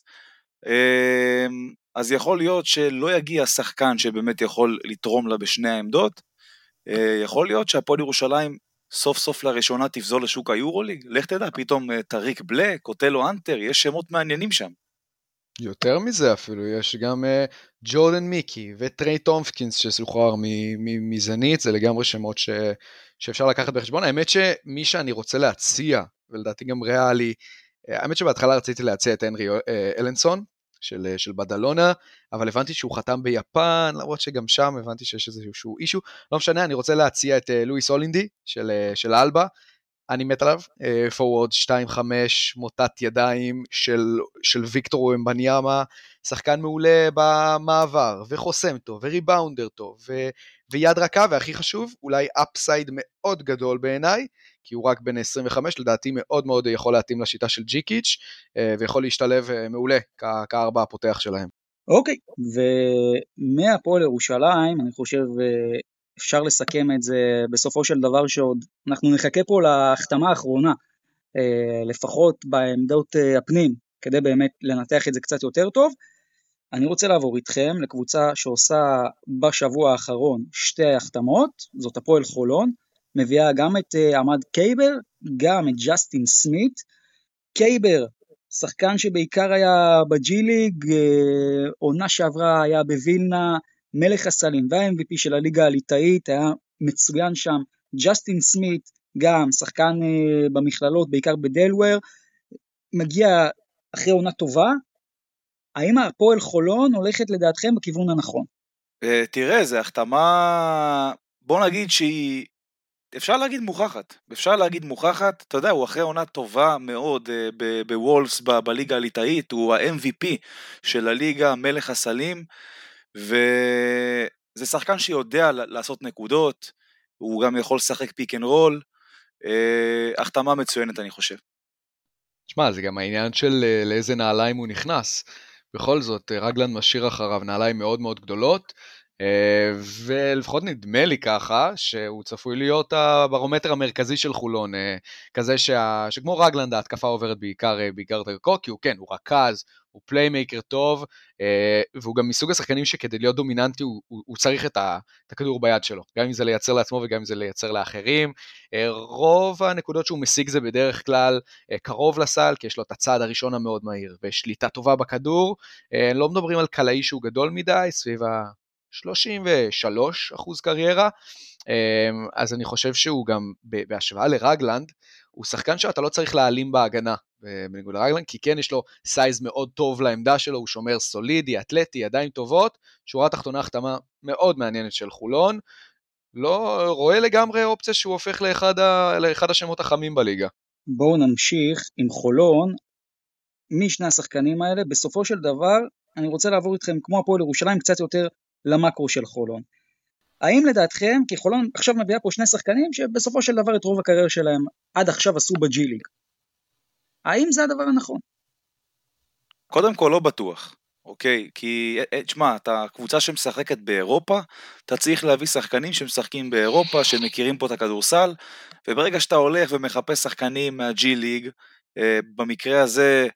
אז יכול להיות שלא יגיע שחקן שבאמת יכול לתרום לה בשני העמדות, יכול להיות שהפועל ירושלים סוף סוף לראשונה תפזול לשוק היורוליג, לך תדע, פתאום טריק בלק, אוטלו אנטר, יש שמות מעניינים שם. יותר מזה אפילו, יש גם ג'ורדן מיקי וטריי טומפקינס שסוחרר מזנית, זה לגמרי שמות שאפשר לקחת בחשבון. האמת שמי שאני רוצה להציע, ולדעתי גם ריאלי, האמת שבהתחלה רציתי להציע את הנרי אלנסון של בדלונה, אבל הבנתי שהוא חתם ביפן, למרות שגם שם הבנתי שיש איזשהו אישו, לא משנה, אני רוצה להציע את לואיס אולינדי של אלבה, אני מת עליו, פורוורד 2-5, מוטת ידיים של ויקטור ומבניאמה, שחקן מעולה במעבר, וחוסם טוב, וריבאונדר טוב, ויד רכה, והכי חשוב, אולי אפסייד מאוד גדול בעיניי, כי הוא רק בן 25, לדעתי מאוד מאוד יכול להתאים לשיטה של ג'יקיץ', ויכול להשתלב מעולה כארבע הפותח שלהם. אוקיי, ומהפועל ירושלים, אני חושב אפשר לסכם את זה בסופו של דבר שעוד אנחנו נחכה פה להחתמה האחרונה, לפחות בעמדות הפנים, כדי באמת לנתח את זה קצת יותר טוב. אני רוצה לעבור איתכם לקבוצה שעושה בשבוע האחרון שתי החתמות, זאת הפועל חולון, מביאה גם את עמד קייבר, גם את ג'סטין סמית. קייבר, שחקן שבעיקר היה בג'י ליג, עונה שעברה היה בווילנה, מלך הסלים וה-MVP של הליגה הליטאית, היה מצוין שם. ג'סטין סמית, גם שחקן במכללות, בעיקר בדלוור, מגיע אחרי עונה טובה. האם הפועל חולון הולכת לדעתכם בכיוון הנכון? תראה, זה החתמה, בוא נגיד שהיא, אפשר להגיד מוכחת, אתה יודע, הוא אחרי עונה טובה מאוד בוולפס בליגה הליטאית, הוא ה-MVP של הליגה, מלך הסלים, וזה שחקן שיודע לעשות נקודות, הוא גם יכול לשחק פיק אנד רול, החתמה מצוינת אני חושב. תשמע, זה גם העניין של לאיזה נעליים הוא נכנס. בכל זאת, רגלנד משאיר אחריו נעליים מאוד מאוד גדולות, ולפחות נדמה לי ככה, שהוא צפוי להיות הברומטר המרכזי של חולון, כזה שכמו רגלנד ההתקפה עוברת בעיקר דרכו, כי הוא כן, הוא רכז, הוא פליימייקר טוב, והוא גם מסוג השחקנים שכדי להיות דומיננטי, הוא צריך את הכדור ביד שלו, גם אם זה לייצר לעצמו וגם אם זה לייצר לאחרים. רוב הנקודות שהוא משיג זה בדרך כלל קרוב לסל, כי יש לו את הצעד הראשון המאוד מהיר, ושליטה טובה בכדור. לא מדברים על קלעי שהוא גדול מדי, סביב 33% קריירה, אז אני חושב שהוא גם, בהשוואה לרגלנד, הוא שחקן שאתה לא צריך להעלים בהגנה, בניגוד לרגלנד, כי כן יש לו סייז מאוד טוב לעמדה שלו, הוא שומר סולידי, אתלטי, ידיים טובות, שורה תחתונה החתמה מאוד מעניינת של חולון, לא רואה לגמרי אופציה שהוא הופך לאחד השמות החמים בליגה. בואו נמשיך עם חולון, משני השחקנים האלה, בסופו של דבר, אני רוצה לעבור איתכם כמו הפועל ירושלים, קצת יותר למקרו של חולון. האם לדעתכם, כי חולון עכשיו מביאה פה שני שחקנים, שבסופו של דבר את רוב הקריירה שלהם עד עכשיו עשו בג'י ליג, האם זה הדבר הנכון? קודם כל לא בטוח, אוקיי? כי, תשמע, אתה קבוצה שמשחקת באירופה, אתה צריך להביא שחקנים שמשחקים באירופה, שמכירים פה את הכדורסל, וברגע שאתה הולך ומחפש שחקנים מהג'י ליג, במקרה הזה,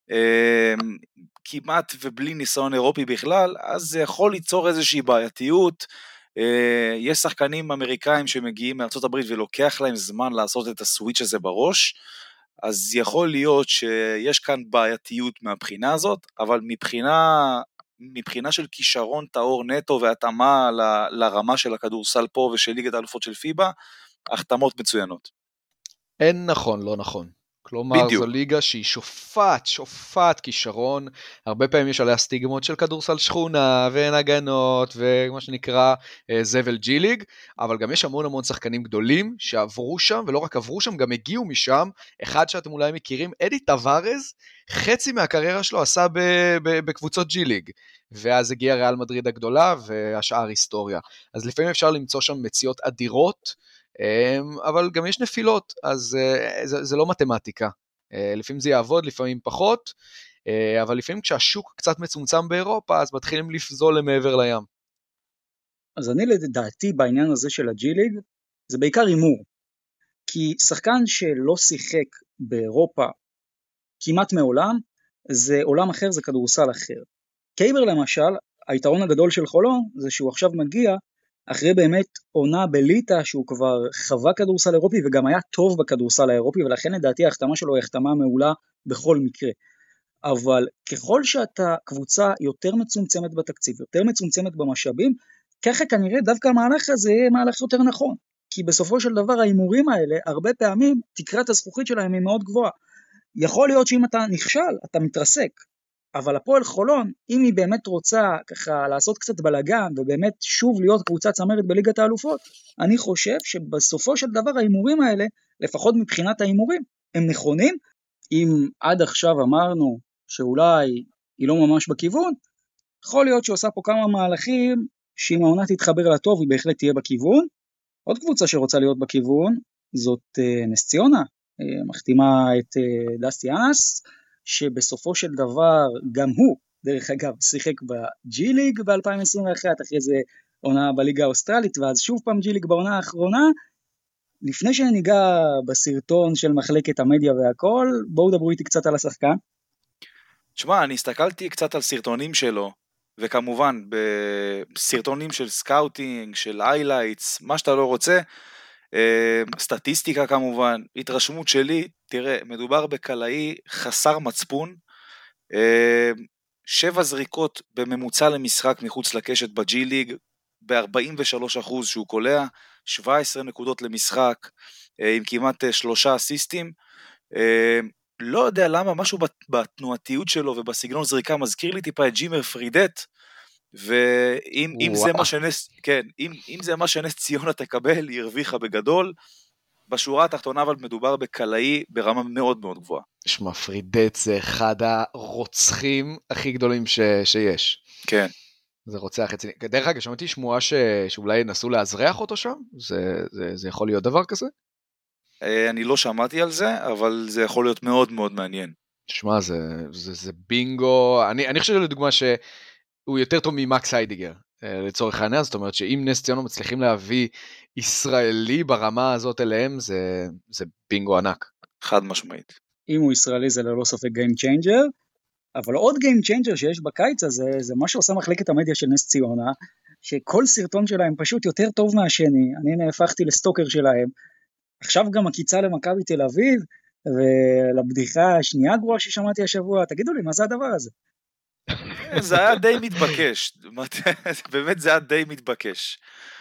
כמעט ובלי ניסיון אירופי בכלל, אז זה יכול ליצור איזושהי בעייתיות. יש שחקנים אמריקאים שמגיעים מארצות הברית ולוקח להם זמן לעשות את הסוויץ' הזה בראש, אז יכול להיות שיש כאן בעייתיות מהבחינה הזאת, אבל מבחינה של כישרון טהור נטו והתאמה לרמה של הכדורסל פה ושל ליגת האלופות של פיבה, החתמות מצוינות. אין נכון, לא נכון. כלומר, בדיוק. זו ליגה שהיא שופעת כישרון, הרבה פעמים יש עליה סטיגמות של כדורסל שכונה, ואין הגנות, ומה שנקרא זבל ג'י ליג, אבל גם יש המון שחקנים גדולים, שעברו שם, ולא רק עברו שם, גם הגיעו משם, אחד שאתם אולי מכירים, אדי טווארז, חצי מהקריירה שלו עשה בקבוצות ג'י ליג, ואז הגיעה ריאל מדריד הגדולה, והשאר היסטוריה. אז לפעמים אפשר למצוא שם מציאות אדירות, אבל גם יש נפילות, אז זה לא מתמטיקה. לפעמים זה יעבוד, לפעמים פחות, אבל לפעמים כשהשוק קצת מצומצם באירופה, אז מתחילים לפזול למעבר לים. אז אני לדעתי בעניין הזה של הג'י ליג, זה בעיקר אימור. כי שחקן שלא שיחק באירופה כמעט מעולם, זה עולם אחר, זה כדורסל אחר. קייבר למשל, היתרון הגדול של חולון, זה שהוא עכשיו מגיע, אחרי באמת עונה בליטה שהוא כבר חווה כדורסל אירופי וגם היה טוב בכדורסל האירופי, ולכן לדעתי ההחתמה שלו היא החתמה מעולה בכל מקרה. אבל ככל שאתה קבוצה יותר מצומצמת בתקציב, יותר מצומצמת במשאבים, ככה כנראה דווקא המהלך הזה יהיה מהלך יותר נכון. כי בסופו של דבר האימורים האלה, הרבה פעמים תקרת הזכוכית שלהם היא מאוד גבוהה. יכול להיות שאם אתה נכשל, אתה מתרסק. אבל הפועל חולון, אם היא באמת רוצה ככה לעשות קצת בלגן, ובאמת שוב להיות קבוצה צמרת בליגת האלופות, אני חושב שבסופו של דבר האימורים האלה, לפחות מבחינת האימורים, הם נכונים. אם עד עכשיו אמרנו שאולי היא לא ממש בכיוון, יכול להיות שעושה פה כמה מהלכים, שאם העונה תתחבר לטוב, היא בהחלט תהיה בכיוון. עוד קבוצה שרוצה להיות בכיוון, זאת נס ציונה, מחתימה את דסטי אנס, שבסופו של דבר גם הוא, דרך אגב, שיחק בג'י ליג ב-2021, אחרי זה עונה בליגה האוסטרלית, ואז שוב פעם ג'י ליג בעונה האחרונה. לפני שניגע בסרטון של מחלקת המדיה והכל, בואו דברו איתי קצת על השחקן. תשמע, אני הסתכלתי קצת על סרטונים שלו, וכמובן בסרטונים של סקאוטינג, של איילייטס, מה שאתה לא רוצה, סטטיסטיקה כמובן, התרשמות שלי, תראה, מדובר בקלעי חסר מצפון, 7 זריקות בממוצע למשחק מחוץ לקשת בג'י ליג, ב-43% שהוא קולע, 17 נקודות למשחק, עם כמעט 3 אסיסטים, לא יודע למה, משהו בתנועתיות שלו ובסגנון זריקה מזכיר לי טיפה את ג'ימר פרידט, ואם זה מה שנס, כן, אם זה מה שנס ציונה תקבל, היא הרוויחה בגדול. בשורה התחתונה אבל מדובר בקלעי ברמה מאוד מאוד גבוהה. שמע, פרידט זה אחד הרוצחים הכי גדולים שיש. כן. זה רוצח רציני. דרך אגב, שמעתי שמועה שאולי נסו להזרח אותו שם? זה יכול להיות דבר כזה? אני לא שמעתי על זה, אבל זה יכול להיות מאוד מאוד מעניין. תשמע, זה בינגו, אני חושב לדוגמה שהוא יותר טוב ממקס היידיגר, לצורך העניין, זאת אומרת שאם נס ציונה מצליחים להביא ישראלי ברמה הזאת אליהם, זה בינגו ענק. חד משמעית. אם הוא ישראלי זה ללא ספק Game Changer, אבל עוד Game Changer שיש בקיץ הזה, זה מה שעושה מחלקת המדיה של נס ציונה, שכל סרטון שלהם פשוט יותר טוב מהשני, אני נהפכתי לסטוקר שלהם, עכשיו גם הקיצה למכבי תל אביב, ולבדיחה השנייה גרועה ששמעתי השבוע, תגידו לי, מה זה הדבר הזה? זה היה די מתבקש, באמת זה היה די מתבקש.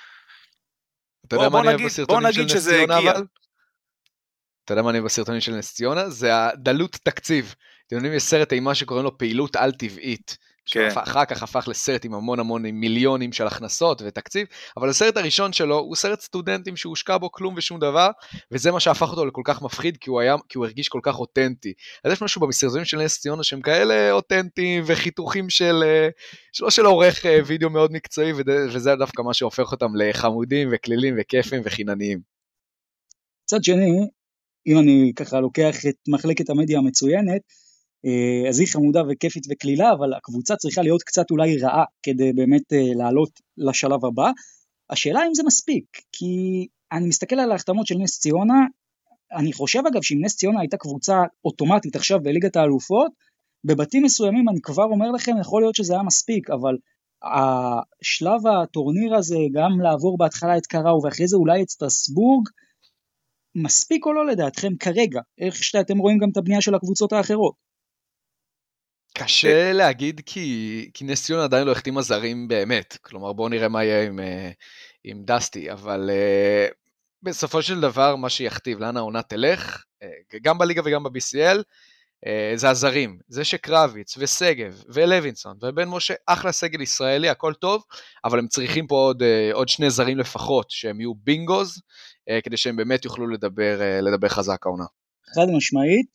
אתה יודע מה אני אוהב בסרטונים של נס ציונה אבל? אתה יודע מה אני אוהב בסרטונים של נס ציונה? זה הדלות תקציב. אתם יודעים, יש סרט אימה שקוראים לו פעילות על טבעית, שאחר כך הפך לסרט עם המון מיליונים של הכנסות ותקציב, אבל הסרט הראשון שלו הוא סרט סטודנטים שהושקע בו כלום ושום דבר, וזה מה שהפך אותו לכל כך מפחיד, כי הוא הרגיש כל כך אותנטי. אז יש משהו בסרטונים של נס ציונה שהם כאלה אותנטיים וחיתוכים של עורך וידאו מאוד מקצועי, וזה דווקא מה שהופך אותם לחמודים וכלילים וכיפים וחינניים. צד שני, אם אני ככה לוקח את מחלקת המדיה המצוינת, אז היא חמודה וכיפית וכלילה, אבל הקבוצה צריכה להיות קצת אולי רעה, כדי באמת לעלות לשלב הבא. השאלה אם זה מספיק, כי אני מסתכל על ההחתמות של נס ציונה, אני חושב אגב שאם נס ציונה הייתה קבוצה אוטומטית עכשיו בליגת האלופות, בבתים מסוימים אני כבר אומר לכם, יכול להיות שזה היה מספיק, אבל השלב הטורניר הזה, גם לעבור בהתחלה את קראו, ואחרי זה אולי את סטרסבורג, מספיק או לא לדעתכם כרגע? איך שאתם רואים גם את הבנייה של הקבוצות האחרות? קשה להגיד כי נס ציונה עדיין לא החתימה זרים באמת, כלומר בואו נראה מה יהיה עם דסטי, אבל בסופו של דבר מה שיכתיב לאן העונה תלך, גם בליגה וגם ב-BCL, זה הזרים, זה שקרביץ וסגב ולוינסון ובן משה, אחלה סגל ישראלי, הכל טוב, אבל הם צריכים פה עוד שני זרים לפחות, שהם יהיו בינגוז, כדי שהם באמת יוכלו לדבר חזק העונה. חד משמעית,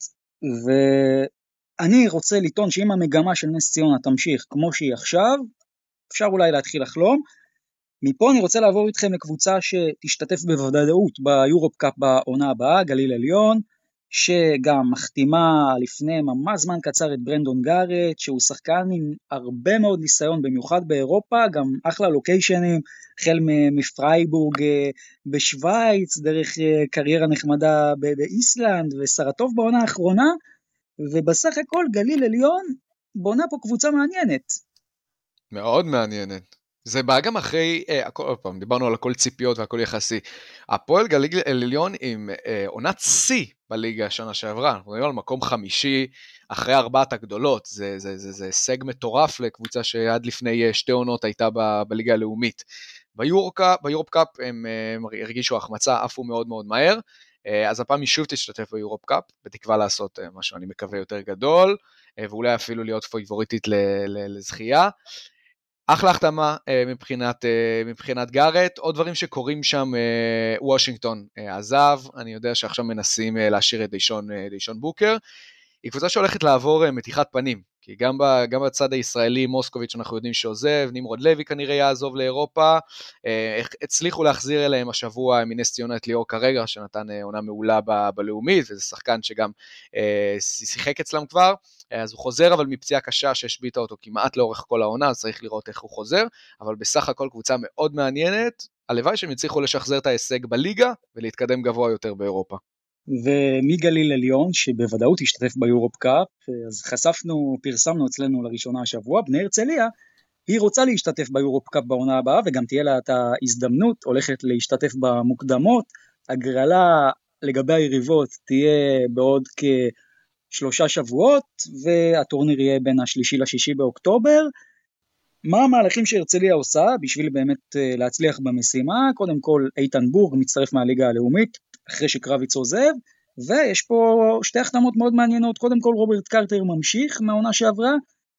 ואני רוצה לטעון שאם המגמה של נס ציונה תמשיך כמו שהיא עכשיו, אפשר אולי להתחיל לחלום. מפה אני רוצה לעבור איתכם לקבוצה שתשתתף בוודאות ביורופ קאפ בעונה הבאה, גליל עליון, שגם מחתימה לפני ממש זמן קצר את ברנדון גארט, שהוא שחקן עם הרבה מאוד ניסיון, במיוחד באירופה, גם אחלה לוקיישנים, החל מפרייבורג בשוויץ, דרך קריירה נחמדה באיסלנד, וסרטוב בעונה האחרונה, ובסך הכל גליל עליון בונה פה קבוצה מעניינת. מאוד מעניינת. זה בא גם אחרי, עוד פעם, דיברנו על הכל ציפיות והכל יחסי. הפועל גליל עליון עם עונת C בליגה השנה שעברה, אנחנו מדברים על מקום 5 אחרי 4 הגדולות, זה הישג מטורף לקבוצה שעד לפני 2 עונות הייתה בליגה הלאומית. ביורופ קאפ הם הרגישו החמצה, עפו מאוד מאוד מהר, אז הפעם היא שוב תשתתף ביורופ קאפ, בתקווה לעשות משהו אני מקווה יותר גדול, ואולי אפילו להיות פייבוריטית לזכייה. אחלה החתמה מבחינת גארט, עוד דברים שקורים שם, וושינגטון עזב, אני יודע שעכשיו מנסים להשאיר את דיישון בוקר, היא קבוצה שהולכת לעבור מתיחת פנים, כי גם בצד הישראלי, מוסקוביץ' אנחנו יודעים שעוזב, נמרוד לוי כנראה יעזוב לאירופה, הצליחו להחזיר אליהם השבוע מנס ציונה את ליאור כרגע, שנתן עונה מעולה בלאומית, וזה שחקן שגם שיחק אצלם כבר, אז הוא חוזר אבל מפציעה קשה שהשביטה אותו כמעט לאורך כל העונה, אז צריך לראות איך הוא חוזר, אבל בסך הכל קבוצה מאוד מעניינת, הלוואי שהם יצליחו לשחזר את ההישג בליגה, ולהתקדם גבוה יותר באירופה. ומגליל עליון שבוודאות השתתף ביורופ קאפ, אז פרסמנו אצלנו לראשונה השבוע, בני הרצליה, היא רוצה להשתתף ביורופ קאפ בעונה הבאה, וגם תהיה לה את ההזדמנות, הולכת להשתתף במוקדמות, הגרלה לגבי היריבות תהיה בעוד כ3 שבועות, והטורניר יהיה בין 3-6 באוקטובר. מה המהלכים שהרצליה עושה בשביל באמת להצליח במשימה? קודם כל איתן בורג מצטרף מהליגה הלאומית, אחרי שקרביץ עוזב, ויש פה 2 החתמות מאוד מעניינות, קודם כל רוברט קרטר ממשיך מהעונה שעברה,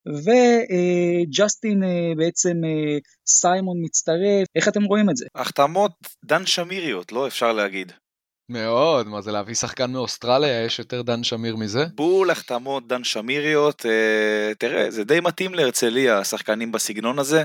וג'סטין בעצם סיימון מצטרף, איך אתם רואים את זה? החתמות דן שמיריות, לא אפשר להגיד. מאוד, מה זה להביא שחקן מאוסטרליה, יש יותר דן שמיר מזה? בול החתמות דן שמיריות, תראה, זה די מתאים להרצליה, השחקנים בסגנון הזה,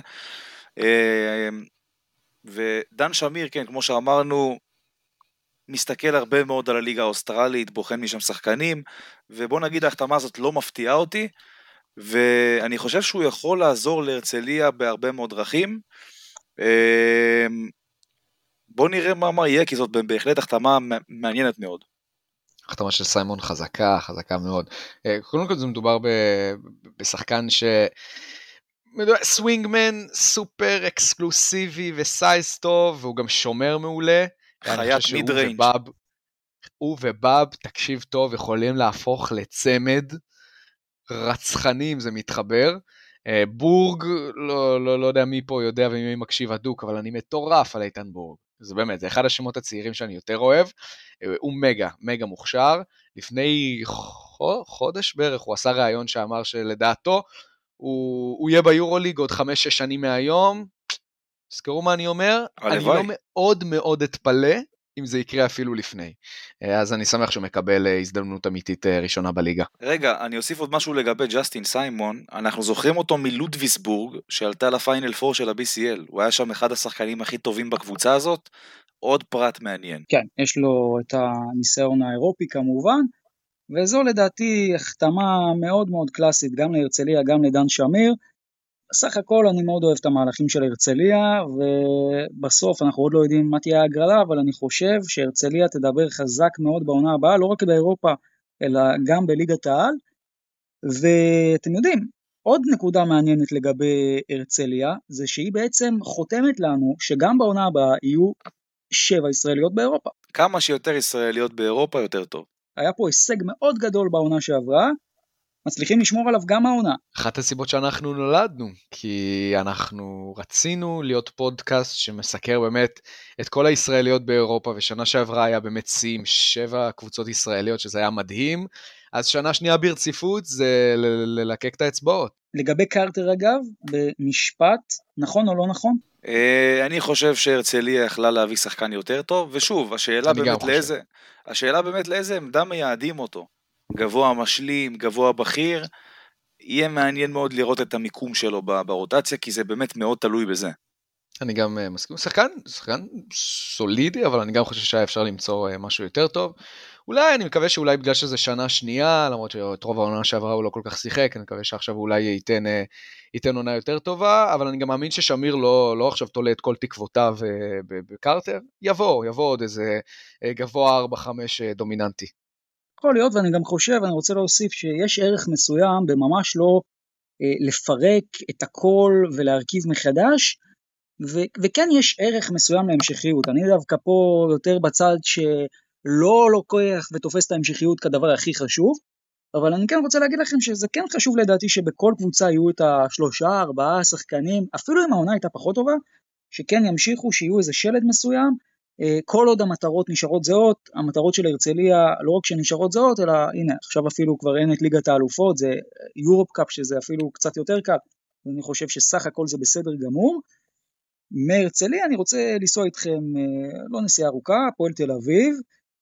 ודן שמיר, כן, כמו שאמרנו, מסתכל הרבה מאוד על הליגה האוסטרלית, בוחן משם שחקנים, ובוא נגיד ההחתמה הזאת לא מפתיעה אותי, ואני חושב שהוא יכול לעזור להרצליה בהרבה מאוד דרכים, בוא נראה מה יהיה, כי זאת בהחלט החתמה מעניינת מאוד. החתמה של סיימון חזקה מאוד. קודם כל זה מדובר בשחקן סווינגמן סופר אקסקלוסיבי וסייז טוב, והוא גם שומר מעולה. חיית מיד ריינג'. הוא ובאב, תקשיב טוב, יכולים להפוך לצמד רצחנים, זה מתחבר. בורג, לא יודע מי פה יודע ומי מקשיב הדוק, אבל אני מטורף על איתן בורג. זה באמת, זה אחד השמות הצעירים שאני יותר אוהב. הוא מגה מוכשר. לפני חודש בערך הוא עשה ראיון שאמר שלדעתו הוא יהיה ביורוליג עוד 5-6 שנים מהיום. תזכרו מה אני אומר? אני לא מאוד מאוד אתפלא אם זה יקרה אפילו לפני. אז אני שמח שהוא מקבל הזדמנות אמיתית ראשונה בליגה. רגע, אני אוסיף עוד משהו לגבי ג'סטין סיימון. אנחנו זוכרים אותו מלודוויסבורג, שעלתה לפיינל 4 של ה-BCL. הוא היה שם אחד השחקנים הכי טובים בקבוצה הזאת. עוד פרט מעניין. כן, יש לו את הניסיון האירופי כמובן, וזו לדעתי החתמה מאוד מאוד קלאסית, גם להרצליה, גם לדן שמיר. בסך הכל אני מאוד אוהב את המהלכים של הרצליה, ובסוף אנחנו עוד לא יודעים מה תהיה ההגרלה, אבל אני חושב שהרצליה תדבר חזק מאוד בעונה הבאה, לא רק באירופה, אלא גם בליגת העל. ואתם יודעים, עוד נקודה מעניינת לגבי הרצליה, זה שהיא בעצם חותמת לנו שגם בעונה הבאה יהיו 7 ישראליות באירופה. כמה שיותר ישראליות באירופה יותר טוב. היה פה הישג מאוד גדול בעונה שעברה, מצליחים לשמור עליו גם העונה. אחת הסיבות שאנחנו נולדנו, כי אנחנו רצינו להיות פודקאסט שמסקר באמת את כל הישראליות באירופה, ושנה שעברה היה באמת סיים 7 קבוצות ישראליות, שזה היה מדהים, אז שנה שנייה ברציפות זה ללקק את האצבעות. לגבי קרטר אגב, במשפט, נכון או לא נכון? אני חושב שהרצליה יכלה להביא שחקן יותר טוב, ושוב, השאלה באמת לאיזה עמדה מייעדים אותו. גבוה משלים, גבוה בכיר, יהיה מעניין מאוד לראות את המיקום שלו ברוטציה, כי זה באמת מאוד תלוי בזה. אני גם מסכים, שחקן סולידי, אבל אני גם חושב שהיה אפשר למצוא משהו יותר טוב. אולי, אני מקווה שאולי בגלל שזה שנה שנייה, למרות שאת רוב העונה שעברה הוא לא כל כך שיחק, אני מקווה שעכשיו אולי ייתן עונה יותר טובה, אבל אני גם מאמין ששמיר לא עכשיו תולה את כל תקוותיו בקרטר, יבוא עוד איזה גבוה 4-5 דומיננטי. יכול להיות, ואני גם חושב, אני רוצה להוסיף שיש ערך מסוים בממש לא לפרק את הכל ולהרכיב מחדש, וכן יש ערך מסוים להמשכיות. אני דווקא פה יותר בצד שלא לוקח ותופס את ההמשכיות כדבר הכי חשוב, אבל אני כן רוצה להגיד לכם שזה כן חשוב לדעתי שבכל קבוצה יהיו את 3-4 שחקנים, אפילו אם העונה הייתה פחות טובה, שכן ימשיכו, שיהיו איזה שלד מסוים, כל עוד המטרות נשארות זהות, המטרות של הרצליה לא רק שנשארות זהות, אלא הנה, עכשיו אפילו כבר אין את ליגת האלופות, זה יורופ קאפ שזה אפילו קצת יותר קל, ואני חושב שסך הכל זה בסדר גמור. מהרצליה אני רוצה לנסוע איתכם, לא נסיעה ארוכה, הפועל תל אביב,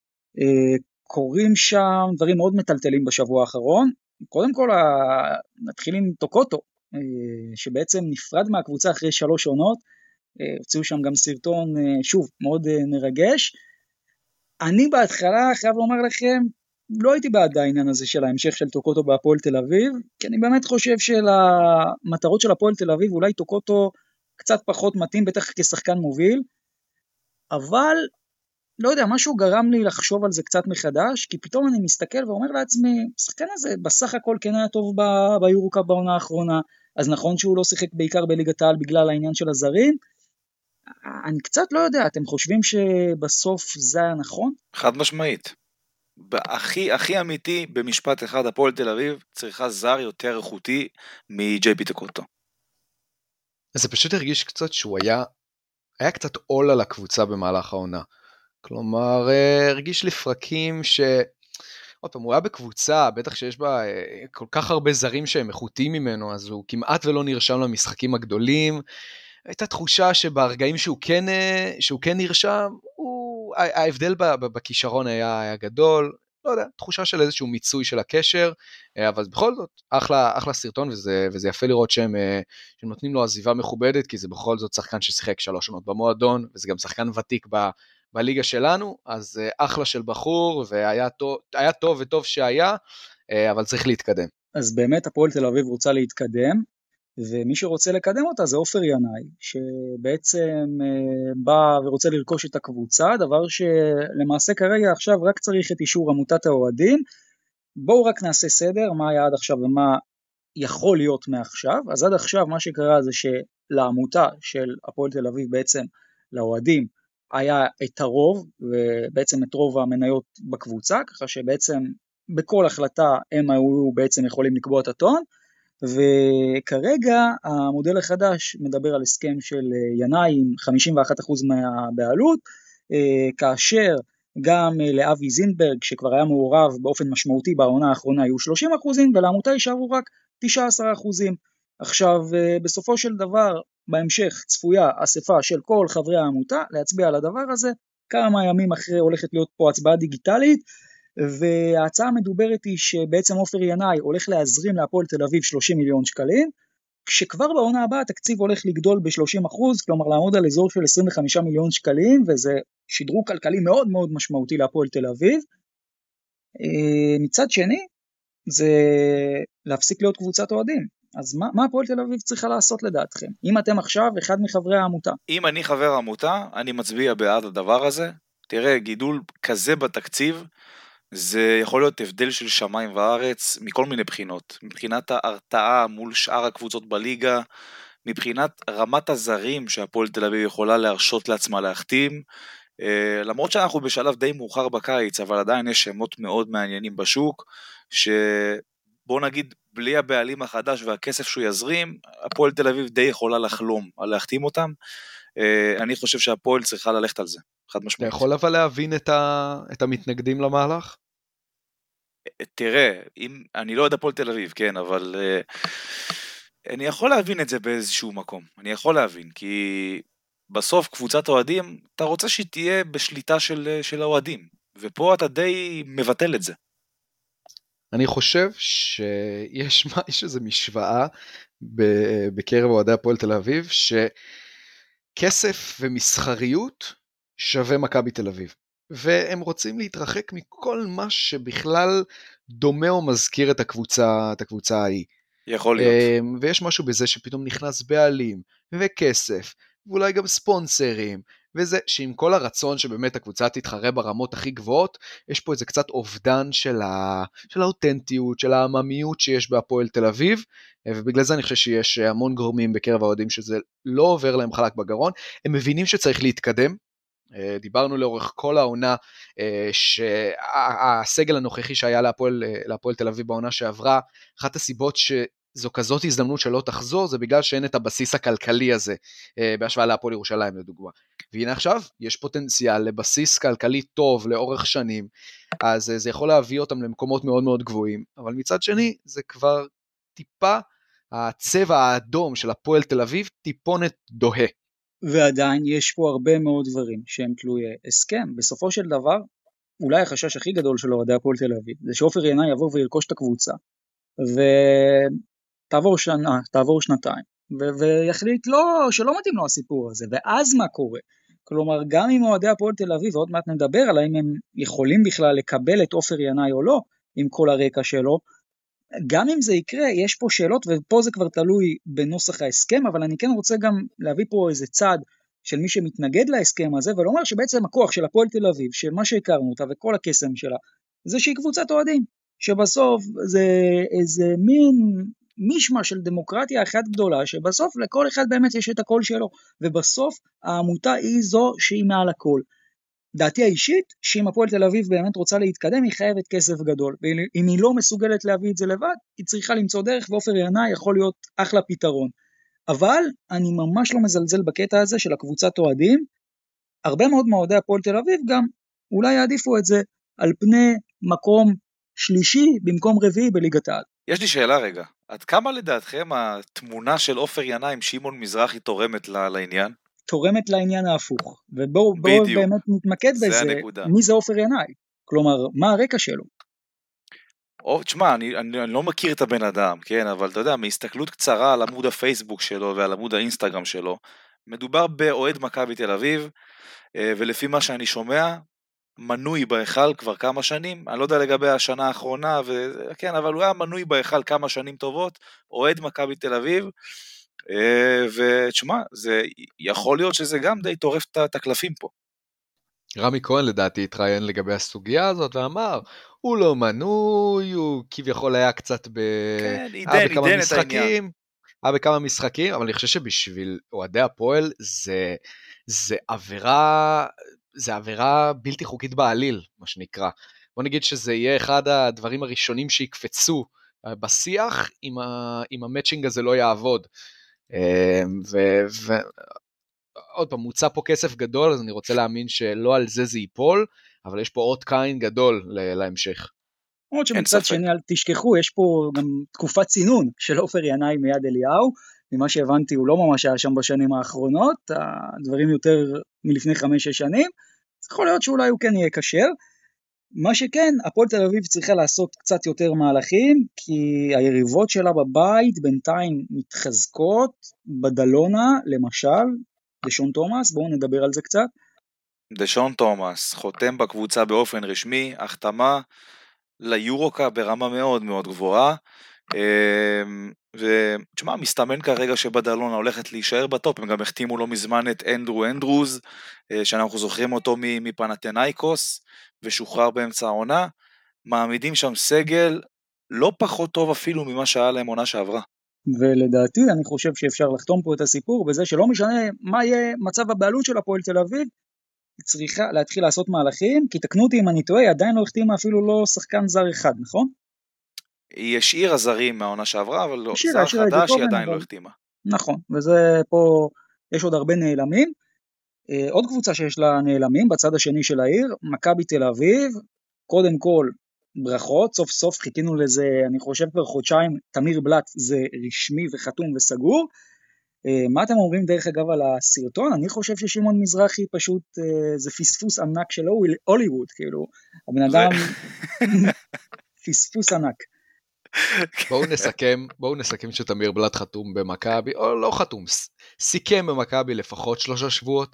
קוראים שם דברים מאוד מטלטלים בשבוע האחרון, קודם כל נתחיל עם טוקוטו, שבעצם נפרד מהקבוצה אחרי 3 עונות, הוציאו שם גם סרטון, שוב, מאוד מרגש. אני בהתחלה חייב לומר לכם, לא הייתי בעד העניין הזה של ההמשך של טוקוטו בהפועל תל אביב, כי אני באמת חושב שלמטרות של הפועל תל אביב, אולי טוקוטו קצת פחות מתאים, בטח כשחקן מוביל, אבל לא יודע, משהו גרם לי לחשוב על זה קצת מחדש, כי פתאום אני מסתכל ואומר לעצמי, שחקן הזה בסך הכל כן היה טוב ביורוקאפ בעונה האחרונה, אז נכון שהוא לא שיחק בעיקר בליגת העל בגלל העניין של הזרים, אני קצת לא יודע, אתם חושבים שבסוף זה היה נכון? חד משמעית. הכי אמיתי במשפט אחד, הפועל תל אביב צריכה זר יותר איכותי מג'יי-פי טוקוטו. זה פשוט הרגיש קצת שהוא היה קצת עול על הקבוצה במהלך העונה. כלומר, הרגיש לפרקים עוד פעם, הוא היה בקבוצה, בטח שיש בה כל כך הרבה זרים שהם איכותיים ממנו, אז הוא כמעט ולא נרשם למשחקים הגדולים. הייתה תחושה שברגעים שהוא כן נרשם, ההבדל בכישרון היה גדול, לא יודע, תחושה של איזשהו מיצוי של הקשר, אבל בכל זאת, אחלה סרטון, וזה יפה לראות שהם נותנים לו עזיבה מכובדת, כי זה בכל זאת שחקן ששיחק 3 עונות במועדון, וזה גם שחקן ותיק בליגה שלנו, אז אחלה של בחור, והיה טוב וטוב שהיה, אבל צריך להתקדם. אז באמת הפועל תל אביב רוצה להתקדם, ומי שרוצה לקדם אותה זה עופר ינאי, שבעצם בא ורוצה לרכוש את הקבוצה, דבר שלמעשה כרגע עכשיו רק צריך את אישור עמותת האוהדים. בואו רק נעשה סדר, מה היה עד עכשיו ומה יכול להיות מעכשיו. אז עד עכשיו מה שקרה זה שלעמותה של הפועל תל אביב, בעצם לאוהדים, היה את הרוב, ובעצם את רוב המניות בקבוצה, ככה שבעצם בכל החלטה הם היו בעצם יכולים לקבוע את הטון, וכרגע המודל החדש מדבר על הסכם של ינאי עם 51% מהבעלות, כאשר גם לאבי זינברג שכבר היה מעורב באופן משמעותי בעונה האחרונה היו 30%, ולעמותה יישארו רק 19%. עכשיו בסופו של דבר בהמשך צפויה אספה של כל חברי העמותה להצביע על הדבר הזה, כמה ימים אחרי הולכת להיות פה הצבעה דיגיטלית, וההצעה המדוברת היא שבעצם עופר ינאי הולך להזרים להפועל תל אביב 30 מיליון שקלים, כשכבר בעונה הבאה התקציב הולך לגדול ב-30%, כלומר לעמוד על אזור של 25 מיליון שקלים, וזה שדרוג כלכלי מאוד מאוד משמעותי להפועל תל אביב. מצד שני, זה להפסיק להיות קבוצת אוהדים. אז מה הפועל תל אביב צריכה לעשות לדעתכם? אם אתם עכשיו אחד מחברי העמותה. אם אני חבר העמותה, אני מצביע בעד הדבר הזה. תראה, גידול כזה בתקציב, זה יכול להיות הבדל של שמיים וארץ מכל מיני בחינות. מבחינת ההרתעה מול שאר הקבוצות בליגה, מבחינת רמת הזרים שהפועל תל אביב יכולה להרשות לעצמה להחתים, למרות שאנחנו בשלב די מאוחר בקיץ, אבל עדיין יש שמות מאוד מעניינים בשוק, שבוא נגיד בלי הבעלים החדש והכסף שהוא יזרים, הפועל תל אביב די יכולה לחלום על להחתים אותם. אני חושב שהפועל צריכה ללכת על זה, חד משמעית. אתה יכול אבל להבין את המתנגדים למהלך? תראה, אני לא יודע הפועל תל אביב, כן, אבל אני יכול להבין את זה באיזשהו מקום. אני יכול להבין, כי בסוף קבוצת אוהדים, אתה רוצה שהיא תהיה בשליטה של האוהדים, ופה אתה די מבטל את זה. אני חושב שיש איזו משוואה בקרב אוהדי הפועל תל אביב, שכסף ומסחריות שווה מכבי תל אביב. והם רוצים להתרחק מכל מה שבכלל דומה או מזכיר את הקבוצה ההיא. יכול להיות. ויש משהו בזה שפתאום נכנס בעלים וכסף, ואולי גם ספונסרים, וזה שעם כל הרצון שבאמת הקבוצה תתחרה ברמות הכי גבוהות, יש פה איזה קצת אובדן של האותנטיות, של העממיות שיש בהפועל תל אביב, ובגלל זה אני חושב שיש המון גורמים בקרב האוהדים שזה לא עובר להם חלק בגרון, הם מבינים שצריך להתקדם, דיברנו לאורך כל העונה שהסגל הנוכחי שהיה להפועל תל אביב בעונה שעברה, אחת הסיבות שזו כזאת הזדמנות שלא תחזור, זה בגלל שאין את הבסיס הכלכלי הזה, בהשוואה להפועל ירושלים לדוגמה. והנה עכשיו, יש פוטנציאל לבסיס כלכלי טוב לאורך שנים, אז זה יכול להביא אותם למקומות מאוד מאוד גבוהים, אבל מצד שני, זה כבר טיפה, הצבע האדום של הפועל תל אביב, טיפונת דוהה. ועדיין יש פה הרבה מאוד דברים שהם תלויי הסכם. בסופו של דבר, אולי החשש הכי גדול של אוהדי הפועל תל אביב, זה שעופר ינאי יבוא וירכוש את הקבוצה, ותעבור שנה, תעבור שנתיים, ויחליט שלא מתאים לו הסיפור הזה, ואז מה קורה? כלומר, גם אם אוהדי הפועל תל אביב, ועוד מעט נדבר על האם הם יכולים בכלל לקבל את עופר ינאי או לא, עם כל הרקע שלו, גם אם זה יקרה, יש פה שאלות, ופה זה כבר תלוי בנוסח ההסכם, אבל אני כן רוצה גם להביא פה איזה צד של מי שמתנגד להסכם הזה, ולומר שבעצם הכוח של הפועל תל אביב, שמה שהכרנו אותה וכל הקסם שלה, זה שהיא קבוצת אוהדים, שבסוף זה איזה מין משמע של דמוקרטיה אחת גדולה, שבסוף לכל אחד באמת יש את הקול שלו, ובסוף העמותה היא זו שהיא מעל הכל. דעתי האישית, שאם הפועל תל אביב באמת רוצה להתקדם, היא חייבת כסף גדול, ואם היא לא מסוגלת להביא את זה לבד, היא צריכה למצוא דרך, ועופר ינאי יכול להיות אחלה פתרון. אבל אני ממש לא מזלזל בקטע הזה של הקבוצת אוהדים, הרבה מאוד מאוהדי הפועל תל אביב גם אולי יעדיפו את זה על פני מקום שלישי במקום רביעי בליגת העל. יש לי שאלה רגע, עד כמה לדעתכם התמונה של עופר ינאי עם שמעון מזרחי תורמת לעניין? תורמת לעניין ההפוך, ובואו באמת נתמקד בזה, מי זה עופר ינאי, כלומר, מה הרקע שלו? תשמע, אני לא מכיר את הבן אדם, כן, אבל אתה יודע, מהסתכלות קצרה על עמוד הפייסבוק שלו ועל עמוד האינסטגרם שלו, מדובר באוהד מכבי תל אביב, ולפי מה שאני שומע, מנוי בהיכל כבר כמה שנים, אני לא יודע לגבי השנה האחרונה, כן, אבל הוא היה מנוי בהיכל כמה שנים טובות, אוהד מכבי תל אביב, ותשמע, זה יכול להיות שזה גם די טורף את הקלפים פה. רמי כהן לדעתי התראיין לגבי הסוגיה הזאת ואמר, הוא לא מנוי, הוא כביכול היה קצת היה בכמה משחקים, אבל אני חושב שבשביל אוהדי הפועל זה עבירה בלתי חוקית בעליל, מה שנקרא. בוא נגיד שזה יהיה אחד הדברים הראשונים שיקפצו בשיח, אם המאצ'ינג הזה לא יעבוד. עוד פעם, מוצא פה כסף גדול, אז אני רוצה להאמין שלא על זה ייפול, אבל יש פה עוד קין גדול להמשך. עוד שמצד שני, אל תשכחו, יש פה גם תקופת צינון של עופר ינאי מיד אליהו, ממה שהבנתי הוא לא ממש היה שם בשנים האחרונות, הדברים יותר מלפני 5-6 שנים, אז יכול להיות שאולי הוא כן יהיה קשר, מה שכן, הפועל תל אביב צריכה לעשות קצת יותר מהלכים, כי היריבות שלה בבית בינתיים מתחזקות, בדלונה למשל, דשון תומאס, בואו נדבר על זה קצת. דשון תומאס חותם בקבוצה באופן רשמי, החתמה ליורוקה ברמה מאוד מאוד גבוהה, ותשמע, מסתמן כרגע שבדלונה הולכת להישאר בטופ, הם גם החתימו לא מזמן את אנדרוז, שאנחנו זוכרים אותו מפנתנייקוס, ושוחרר באמצע העונה, מעמידים שם סגל לא פחות טוב אפילו ממה שהיה להם עונה שעברה. ולדעתי אני חושב שאפשר לחתום פה את הסיפור בזה שלא משנה מה יהיה מצב הבעלות של הפועל תל אביב, צריכה להתחיל לעשות מהלכים, כי תקנו אותי אם אני טועה, עדיין לא החתימה אפילו לא שחקן זר אחד, נכון? היא השאירה זרים מהעונה שעברה, אבל לא, זר חדש היא עדיין לא החתימה. נכון, וזה פה, יש עוד הרבה נעלמים. עוד קבוצה שיש לה נעלמים בצד השני של העיר, מכבי תל אביב, קודם כל ברכות, סוף סוף חיכינו לזה, אני חושב כבר חודשיים, תמיר בלט זה רשמי וחתום וסגור. מה אתם אומרים דרך אגב על הסרטון? אני חושב ששימון מזרחי פשוט זה פספוס ענק שלו, הוליווד, כאילו, הבן אדם פספוס ענק. בואו נסכם שתמיר בלט חתום במכבי, או לא חתום, סיכם במכבי לפחות 3 שבועות,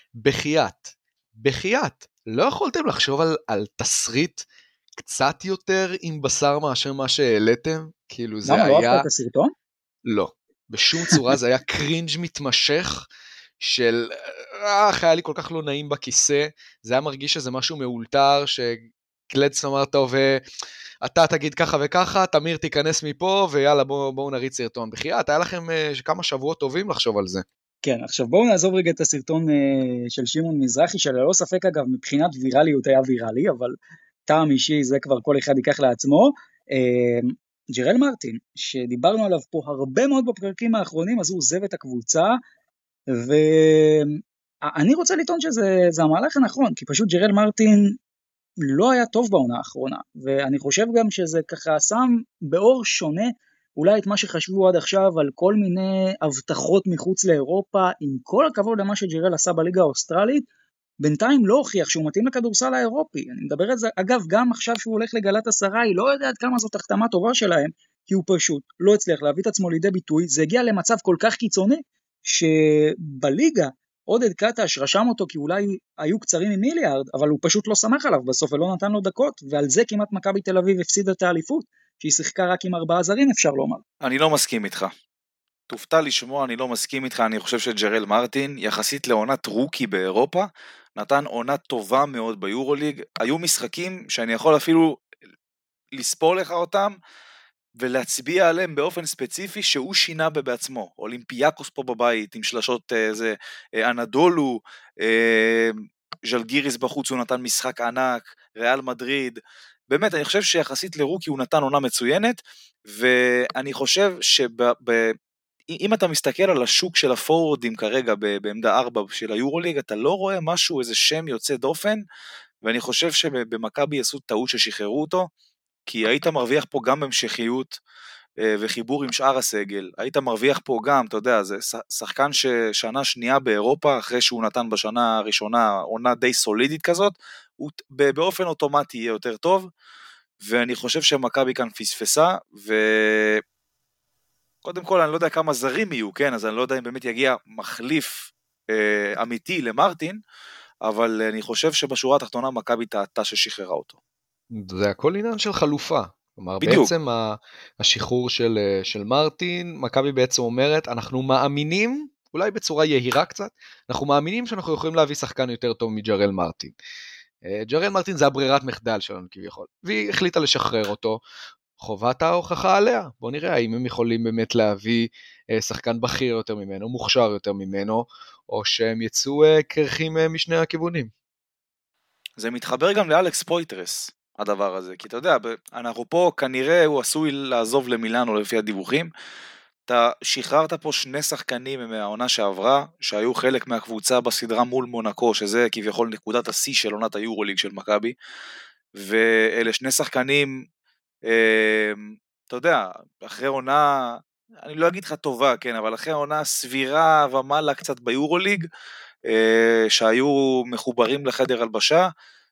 בחייאת, לא יכולתם לחשוב על תסריט קצת יותר עם בשר מאשר מה שהעליתם? כאילו זה היה... לא אהבת את הסרטון? לא, בשום צורה זה היה קרינג' מתמשך של, היה לי כל כך לא נעים בכיסא, זה היה מרגיש שזה משהו מאולתר, שקלדס אמר טוב, אתה תגיד ככה וככה, תמיר תיכנס מפה, ויאללה בואו נריץ סרטון. בחייאת, היה לכם כמה שבועות טובים לחשוב על זה. כן, עכשיו בואו נעזוב רגע את הסרטון של שימון מזרחי, שללא ספק אגב מבחינת ויראליות היה ויראלי, אבל טעם אישי זה כבר כל אחד ייקח לעצמו. ג'רל מרטין, שדיברנו עליו פה הרבה מאוד בפרקים האחרונים, אז הוא עוזב את הקבוצה, ואני רוצה לטעון שזה המהלך הנכון, כי פשוט ג'רל מרטין לא היה טוב בעונה האחרונה, ואני חושב גם שזה ככה שם באור שונה, אולי את מה שחשבו עד עכשיו על כל מיני הבטחות מחוץ לאירופה, עם כל הכבוד למה שג'רל עשה בליגה האוסטרלית, בינתיים לא הוכיח שהוא מתאים לכדורסל האירופי. אני מדבר על זה, אגב, גם עכשיו שהוא הולך לגלת הסריי, לא יודע עד כמה זאת החתמה טובה שלהם, כי הוא פשוט לא הצליח להביא את עצמו לידי ביטוי, זה הגיע למצב כל כך קיצוני, שבליגה עודד קטש רשם אותו כי אולי היו קצרים עם מיליארד, אבל הוא פשוט לא שמח עליו בסוף ולא נתן לו דקות, ועל זה כמעט מכבי תל אביב הפסידה את האליפות, שהיא שיחקה רק עם 4 זרים אפשר לומר. אני לא מסכים איתך. תופתע לשמוע, אני לא מסכים איתך, אני חושב שג'רל מרטין, יחסית לעונת רוקי באירופה, נתן עונה טובה מאוד ביורוליג, היו משחקים שאני יכול אפילו לספור לך אותם, ולהצביע עליהם באופן ספציפי שהוא שינה בעצמו, אולימפיאקוס פה בבית, עם שלשות אנדולו, ז'לגיריס בחוץ הוא נתן משחק ענק, ריאל מדריד, באמת אני חושב שיחסית לרוקי הוא נתן עונה מצוינת, ואני חושב אם אתה מסתכל על השוק של הפורורדים כרגע בעמדה 4 של היורוליג, אתה לא רואה משהו, איזה שם יוצא דופן, ואני חושב שבמכבי יעשו טעות ששחררו אותו, כי היית מרוויח פה גם המשכיות, וחיבור עם שאר הסגל, היית מרוויח פה גם, אתה יודע, זה שחקן ששנה שנייה באירופה, אחרי שהוא נתן בשנה הראשונה עונה די סולידית כזאת, הוא באופן אוטומטי יהיה יותר טוב, ואני חושב שמכבי כאן פספסה, וקודם כל אני לא יודע כמה זרים יהיו, כן, אז אני לא יודע אם באמת יגיע מחליף אמיתי למרטין, אבל אני חושב שבשורה התחתונה מכבי טעתה ששחררה אותו. זה הכל עניין של חלופה. כלומר, בדיוק. בעצם השחרור של מרטין, מכבי בעצם אומרת, אנחנו מאמינים, אולי בצורה יהירה קצת, אנחנו מאמינים שאנחנו יכולים להביא שחקן יותר טוב מג'רל מרטין. ג'רל מרטין זה הברירת מחדל שלנו כביכול, והיא החליטה לשחרר אותו, חובת ההוכחה עליה. בוא נראה האם הם יכולים באמת להביא שחקן בכיר יותר ממנו, מוכשר יותר ממנו, או שהם יצאו קרחים משני הכיוונים. זה מתחבר גם לאלכס פויטרס, הדבר הזה, כי אתה יודע, אנחנו פה כנראה הוא עשוי לעזוב למילאנו לפי הדיווחים, אתה שחררת פה שני שחקנים מהעונה שעברה, שהיו חלק מהקבוצה בסדרה מול מונקו, שזה כביכול נקודת השיא של עונת היורוליג של מכבי, ואלה שני שחקנים, אתה יודע, אחרי עונה, אני לא אגיד לך טובה, כן, אבל אחרי עונה סבירה ומעלה קצת ביורוליג, שהיו מחוברים לחדר הלבשה,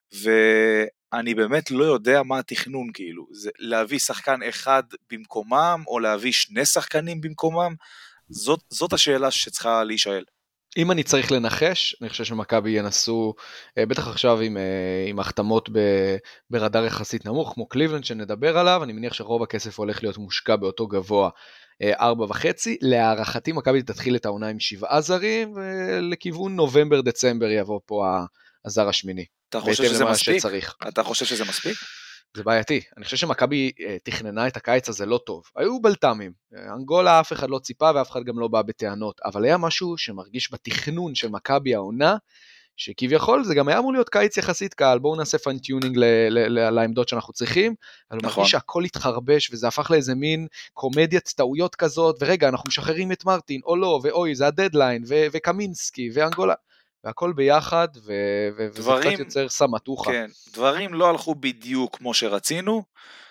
ואני באמת לא יודע מה התכנון כאילו, זה להביא שחקן אחד במקומם, או להביא שני שחקנים במקומם, זאת השאלה שצריכה להישאל. אם אני צריך לנחש, אני חושב שמכבי ינסו, בטח עכשיו עם החתמות ברדאר יחסית נמוך, כמו קליבלנד שנדבר עליו, אני מניח שרוב הכסף הולך להיות מושקע באותו גבוה 4.5, להערכתי מכבי תתחיל את העונה עם 7 זרים, ולכיוון נובמבר-דצמבר יבוא פה הזר השמיני. אתה חושב שזה מספיק? אתה חושב שזה מספיק? זה בעייתי, אני חושב שמכבי תכננה את הקיץ הזה לא טוב, היו בלת"מים, אנגולה אף אחד לא ציפה ואף אחד גם לא בא בטענות, אבל היה משהו שמרגיש בתכנון של מכבי העונה, שכביכול זה גם היה אמור להיות קיץ יחסית קל, בואו נעשה פיינטיונינג לעמדות שאנחנו צריכים, אבל הוא מרגיש שהכל התחרבש וזה הפך לאיזה מין קומדיית טעויות כזאת, ורגע אנחנו משחררים את מרטין, או לא, ואוי זה הדדליין, וקמינסקי, ואנגולה, והכל ביחד, וזה קצת יוצר סמטוחה. כן, דברים לא הלכו בדיוק כמו שרצינו,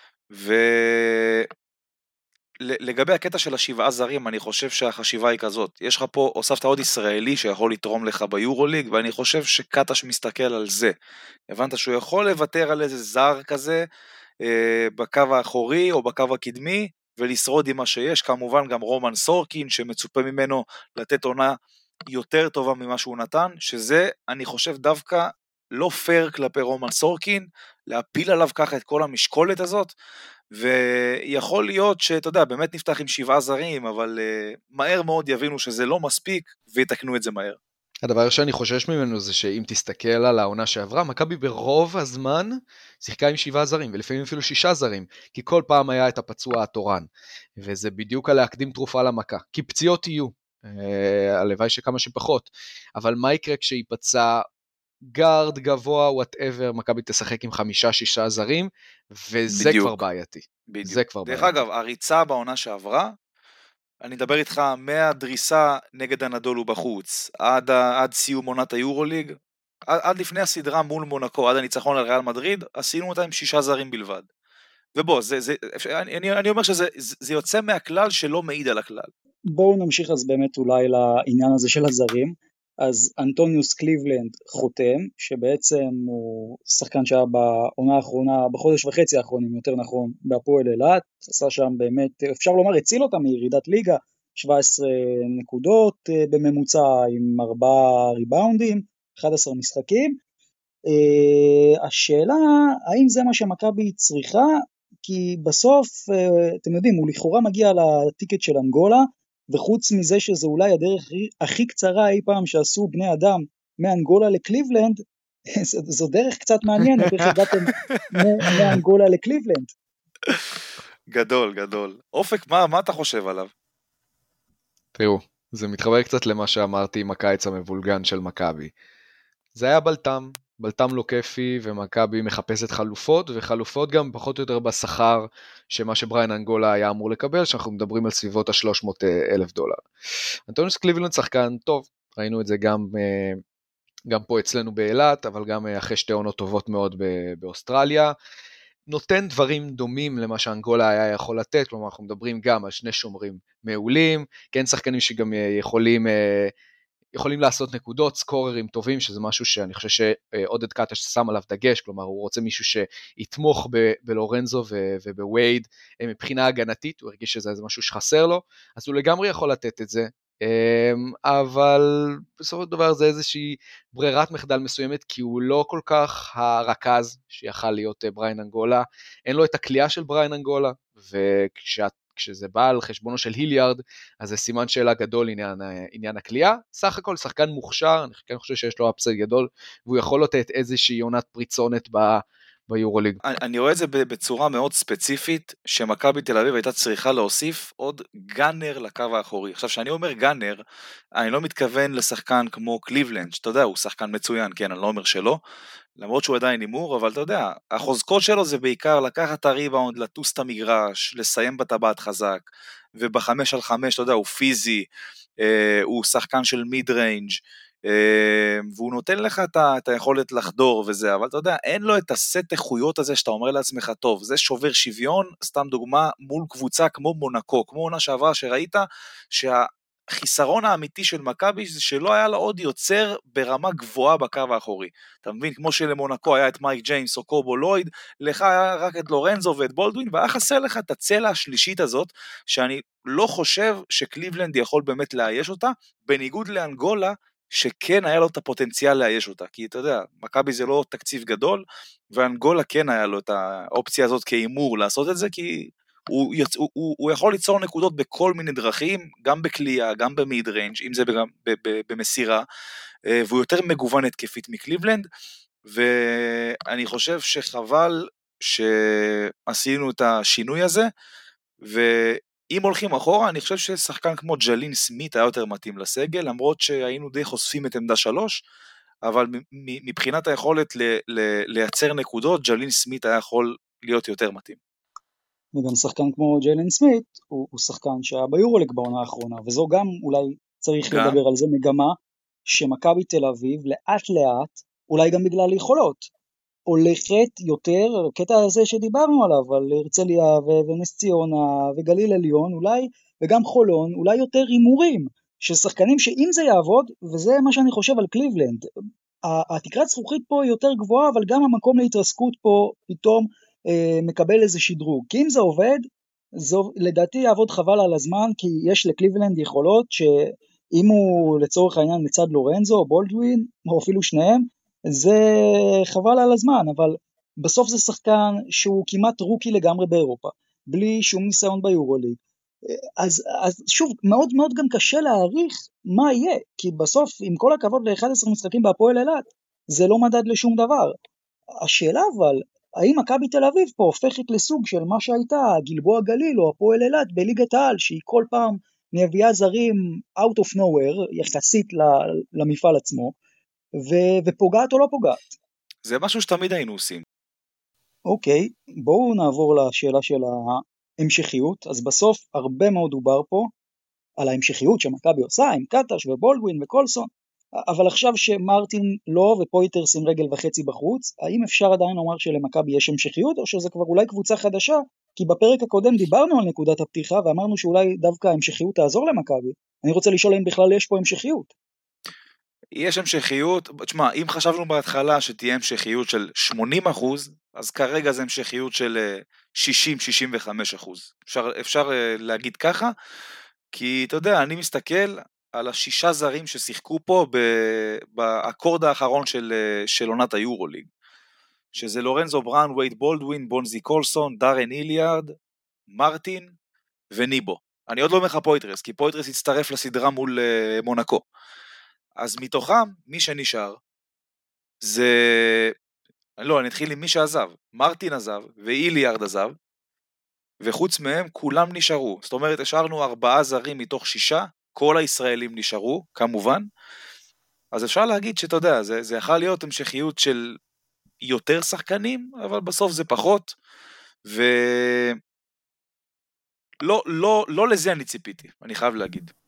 ולגבי הקטע של 7 זרים, אני חושב שהחשיבה היא כזאת, יש לך פה, הוספת עוד ישראלי שיכול לתרום לך ביורוליג, ואני חושב שקטש מסתכל על זה, הבנת שהוא יכול לוותר על איזה זר כזה, בקו האחורי או בקו הקדמי, ולשרוד עם מה שיש, כמובן גם רומן סורקין, שמצופה ממנו לתת עונה יותר טובה ממה שהוא נתן, שזה אני חושב דווקא לא פייר כלפי רומן סורקין, להפיל עליו ככה את כל המשקולת הזאת, ויכול להיות שאתה יודע, באמת נפתח עם 7 זרים, אבל מהר מאוד יבינו שזה לא מספיק, ויתקנו את זה מהר. הדבר שאני חושש ממנו זה שאם תסתכל על העונה שעברה, מכבי ברוב הזמן שיחקה עם 7 זרים, ולפעמים אפילו 6 זרים, כי כל פעם היה את הפצוע התורן, וזה בדיוק על להקדים תרופה למכה, כי פציעות יהיו, הלוואי שכמה שפחות, אבל מה יקרה כשיפצע גארד, גבוה, whatever, מכבי תשחק עם 5-6 זרים, וזה בדיוק. כבר בעייתי. בדיוק. זה כבר דרך אגב, הריצה בעונה שעברה, אני אדבר איתך מהדריסה נגד הנדולו בחוץ, עד סיום עונת היורוליג, עד לפני הסדרה מול מונקו, עד הניצחון על ריאל מדריד, עשינו אותה עם 6 זרים בלבד. ובוא, אני אומר שזה יוצא מהכלל שלא מעיד על הכלל. בואו נמשיך אז באמת אולי לעניין הזה של הזרים. אז אנטוניוס קליבלנד חותם, שבעצם הוא שחקן שהיה בעונה האחרונה, בחודש וחצי האחרונים יותר נכון, בהפועל אילת, עשה שם באמת, אפשר לומר, הציל אותה מירידת ליגה, 17 נקודות בממוצע עם 4 ריבאונדים, 11 משחקים. השאלה, האם זה מה שמכבי צריכה? כי בסוף, אתם יודעים, הוא לכאורה מגיע לטיקט של אנגולה, וחוץ מזה שזו אולי הדרך הכי קצרה אי פעם שעשו בני אדם מאנגולה לקליבלנד, זו דרך קצת מעניינת, איך הגעתם מאנגולה לקליבלנד. גדול, גדול. אופק, מה אתה חושב עליו? תראו, זה מתחבר קצת למה שאמרתי עם הקיץ המבולגן של מכבי. זה היה בלטם לא כיפי, ומכבי מחפשת חלופות, וחלופות גם פחות או יותר בשכר, שמה שבריין אנגולה היה אמור לקבל, שאנחנו מדברים על סביבות $300,000. אנטוניוס קליבלנד שחקן טוב, ראינו את זה גם פה אצלנו באילת, אבל גם אחרי 2 עונות טובות מאוד באוסטרליה, נותן דברים דומים למה שאנגולה היה יכול לתת, כלומר אנחנו מדברים גם על שני שומרים מעולים, כן שחקנים שגם יכולים לעשות נקודות, סקוררים טובים, שזה משהו שאני חושב שעודד קטש שם עליו דגש, כלומר הוא רוצה מישהו שיתמוך בלורנזו ובווייד מבחינה הגנתית, הוא הרגיש שזה משהו שחסר לו, אז הוא לגמרי יכול לתת את זה, אבל בסופו של דבר זה איזושהי ברירת מחדל מסוימת, כי הוא לא כל כך הרכז שיכל להיות בריין אנגולה, אין לו את הקליעה של בריין אנגולה, וכשזה בא על חשבונו של היליארד, אז זה סימן שאלה גדול עניין הקליעה, סך הכל שחקן מוכשר, אני כן חושב שיש לו אפסייד גדול, והוא יכול לתת איזושהי עונת פריצונת ביורוליג. אני רואה את זה בצורה מאוד ספציפית, שמכבי תל אביב הייתה צריכה להוסיף עוד גאנר לקו האחורי. עכשיו, שאני אומר גאנר, אני לא מתכוון לשחקן כמו קליבלנד, שאתה יודע, הוא שחקן מצוין, כן, אני לא אומר שלא, למרות שהוא עדיין אימור, אבל אתה יודע, החוזקות שלו זה בעיקר לקחת את הריבאונד, לטוס את המגרש, לסיים בטבעת חזק, ובחמש על חמש, אתה יודע, הוא פיזי, הוא שחקן של מיד ריינג', והוא נותן לך את היכולת לחדור וזה, אבל אתה יודע, אין לו את הסט איכויות הזה שאתה אומר לעצמך, טוב, זה שובר שוויון, סתם דוגמה, מול קבוצה כמו מונקו, כמו עונה שעברה שראית, שהחיסרון האמיתי של מכבי זה שלא היה לו עוד יוצר ברמה גבוהה בקו האחורי, אתה מבין, כמו שלמונקו היה את מייק ג'יימס או קובו לויד, לך היה רק את לורנזו ואת בולדווין, והיה חסר לך את הצלע השלישית הזאת, שאני לא חושב שקליבלנד יכול באמת לאייש אותה, בניגוד לאנגולה, שכן היה לו את הפוטנציאל לאייש אותה, כי אתה יודע, מכבי זה לא תקציב גדול, ואנגולה כן היה לו את האופציה הזאת כאימור לעשות את זה, כי הוא יכול ליצור נקודות בכל מיני דרכים, גם בקליעה, גם במיד ריינג', אם זה במסירה, והוא יותר מגוון התקפית מקליבלנד, ואני חושב שחבל שעשינו את השינוי הזה, אם הולכים אחורה, אני חושב ששחקן כמו ג'לין סמית היה יותר מתאים לסגל, למרות שהיינו די חושפים את עמדה 3, אבל מבחינת היכולת לייצר נקודות, ג'לין סמית היה יכול להיות יותר מתאים. וגם שחקן כמו ג'לין סמית, הוא שחקן שהיה ביורוליג בעונה האחרונה, וזו גם אולי צריך לדבר על זה מגמה, שמכבי תל אביב לאט לאט, אולי גם בגלל יכולות, הולכת יותר, הקטע הזה שדיברנו עליו, על הרצליה ונס ציונה וגליל עליון אולי, וגם חולון, אולי יותר הימורים, של שחקנים שאם זה יעבוד, וזה מה שאני חושב על קליבלנד, התקרת זכוכית פה היא יותר גבוהה, אבל גם המקום להתרסקות פה פתאום מקבל איזה שדרוג, כי אם זה עובד, לדעתי יעבוד חבל על הזמן, כי יש לקליבלנד יכולות, שאם הוא לצורך העניין לצד לורנזו או בולדווין, או אפילו שניהם, זה חבל על הזמן, אבל בסוף זה שחקן שהוא כמעט רוקי לגמרי באירופה, בלי שום ניסיון ביורוליג, אז שוב, מאוד מאוד גם קשה להעריך מה יהיה, כי בסוף עם כל הכבוד ל-11 משחקים בהפועל אילת, זה לא מדד לשום דבר. השאלה אבל, האם מכבי תל אביב פה הופכת לסוג של מה שהייתה גלבוע גליל או הפועל אילת בליגת העל, שהיא כל פעם מביאה זרים out of nowhere, יחסית למפעל עצמו, ופוגעת או לא פוגעת. זה משהו שתמיד היינו עושים. אוקיי, בואו נעבור לשאלה של ההמשכיות. אז בסוף הרבה מאוד דובר פה על ההמשכיות שמכבי עושה עם קטש ובולדווין וקולסון, אבל עכשיו שמרטין לא ופויטרס עם רגל וחצי בחוץ, האם אפשר עדיין לומר שלמכבי יש המשכיות, או שזה כבר אולי קבוצה חדשה? כי בפרק הקודם דיברנו על נקודת הפתיחה ואמרנו שאולי דווקא ההמשכיות תעזור למכבי. אני רוצה לשאול אם בכלל יש פה המשכיות. יש המשכיות, תשמע, אם חשבנו בהתחלה שתהיה המשכיות של 80%, אז כרגע זה המשכיות של 60-65%. אפשר להגיד ככה, כי אתה יודע, אני מסתכל על השישה זרים ששיחקו פה באקורד האחרון של עונת היורוליג, שזה לורנזו בראון, וייד בולדווין, בונזי קולסון, דארן איליארד, מרטין וניבו. אני עוד לא אומר לך פויטרס, כי פויטרס הצטרף לסדרה מול מונקו. אז מתוכם, מי שנשאר, זה... לא, אני אתחיל עם מי שעזב. מרטין עזב, ואיליארד עזב, וחוץ מהם כולם נשארו. זאת אומרת, השארנו 4 זרים מתוך 6, כל הישראלים נשארו, כמובן. אז אפשר להגיד שאתה יודע, זה יכול להיות המשכיות של יותר שחקנים, אבל בסוף זה פחות, לא לזה אני ציפיתי, אני חייב להגיד.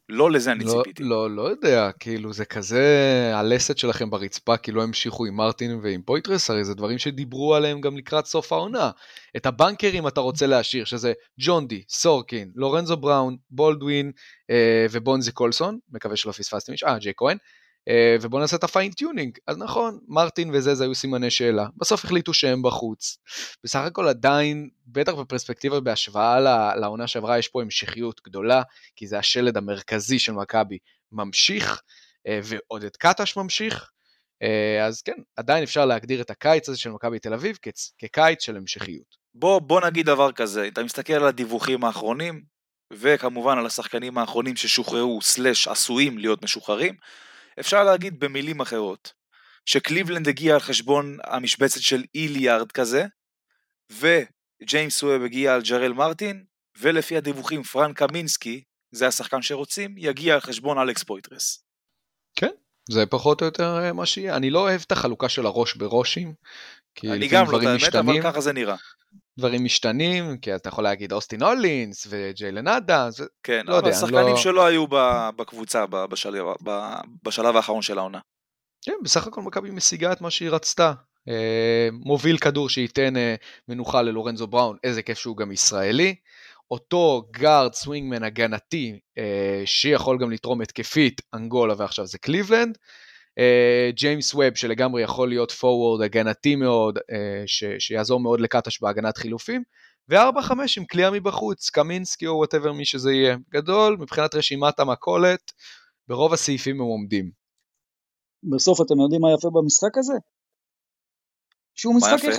לא לזה אני ציפיתי. לא יודע, כאילו זה כזה הלסת שלכם ברצפה, כאילו המשיכו עם מרטין ועם פויטרס, הרי זה דברים שדיברו עליהם גם לקראת סוף העונה. את הבנקרים אתה רוצה להשאיר, שזה ג'ון די, סורקין, לורנזו בראון, בולדווין ובונזי קולסון, מקווה שלא פספסתי מישהו, ג'יי כהן, ובואו נעשה את הפיינטיונינג. אז נכון, מרטין וזה היו סימני שאלה, בסוף החליטו שהם בחוץ. בסך הכל עדיין, בטח בפרספקטיבה בהשוואה לעונה שעברה, יש פה המשכיות גדולה, כי זה השלד המרכזי של מכבי ממשיך, ועודד קטש ממשיך, אז כן, עדיין אפשר להגדיר את הקיץ הזה של מכבי תל אביב כקיץ של המשכיות. בוא נגיד דבר כזה, אתה מסתכל על הדיווחים האחרונים, וכמובן על השחקנים האחרונים ששוחררו סלש עשויים להיות משוחררים, אפשר להגיד במילים אחרות, שקליבלנד הגיע על חשבון המשבצת של איליארד כזה, וג'יימס ווב הגיע על ג'רל מרטין, ולפי הדיווחים פרנק קמינסקי, זה השחקן שרוצים, יגיע על חשבון אלכס פויטרס. כן, זה פחות או יותר מה שיהיה. אני לא אוהב את החלוקה של הראש בראשים, אני גם לא את האמת, אבל ככה זה נראה. דברים משתנים, כי אתה יכול להגיד אוסטין הולינס וג'יילן אדמס, כן, אבל שחקנים שלא היו בקבוצה בשלב האחרון של העונה. כן, בסך הכל מכבי משיגה את מה שהיא רצתה. מוביל כדור שייתן מנוחה ללורנזו בראון, איזה כיף שהוא גם ישראלי. אותו גארד סווינגמן הגנתי, שיכול גם לתרום התקפית, אנגולה ועכשיו זה קליבלנד. ג'יימס ווב שלגמרי יכול להיות פורוורד הגנתי מאוד, שיעזור מאוד לקטש בהגנת חילופים. ו4-5 עם קליעה מבחוץ, קמינסקי או whatever מי שזה יהיה. גדול, מבחינת רשימת המקולת, ברוב הסעיפים הם עומדים. בסוף אתם יודעים מה יפה במשחק הזה? שהוא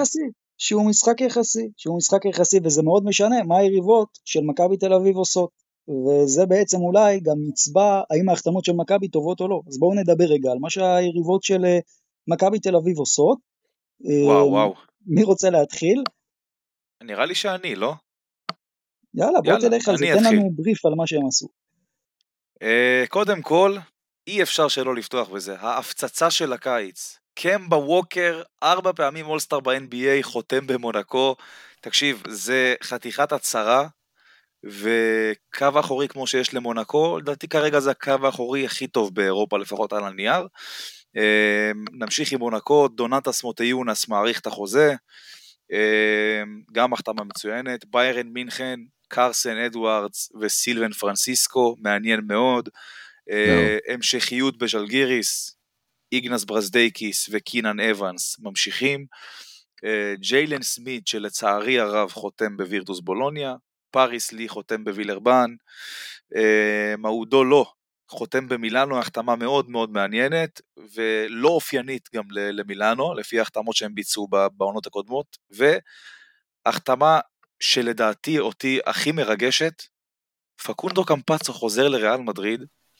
משחק יחסי, וזה מאוד משנה מה היריבות של מכבי תל אביב עושות, וזה בעצם אולי גם נצבע האם ההחתמות של מכבי טובות או לא. אז בואו נדבר רגע על מה שהיריבות של מכבי תל אביב עושות. וואו. מי רוצה להתחיל? נראה לי שאני, לא? יאללה, בוא תלך על זה, תן לנו בריף על מה שהם עשו. קודם כל, אי אפשר שלא לפתוח בזה, ההפצצה של הקיץ. קמבה ווקר, 4 פעמים אולסטאר ב-NBA, חותם במונקו. תקשיב, זה חתיכת הצרה, וקו אחורי כמו שיש למונקו, לדעתי כרגע זה הקו האחורי הכי טוב באירופה, לפחות על הנייר. נמשיך עם מונקו, דונטס מוטיונס מעריך את החוזה, גם החתמה מצוינת, ביירן מינכן, קרסן אדוארדס וסילבן פרנסיסקו, מעניין מאוד. המשכיות בז'לגיריס, איגנס ברזדייקיס וקינן אבנס ממשיכים, ג'יילן סמית שלצערי הרב חותם בווירטוס בולוניה, פריס לי חותם בווילרבן, מעודו לא, חותם במילאנו, החתמה מאוד מאוד מעניינת, ולא אופיינית גם למילאנו, לפי ההחתמות שהם ביצעו בעונות הקודמות, והחתמה שלדעתי אותי הכי מרגשת, פקונדו קמפצו חוזר לריאל מדריד,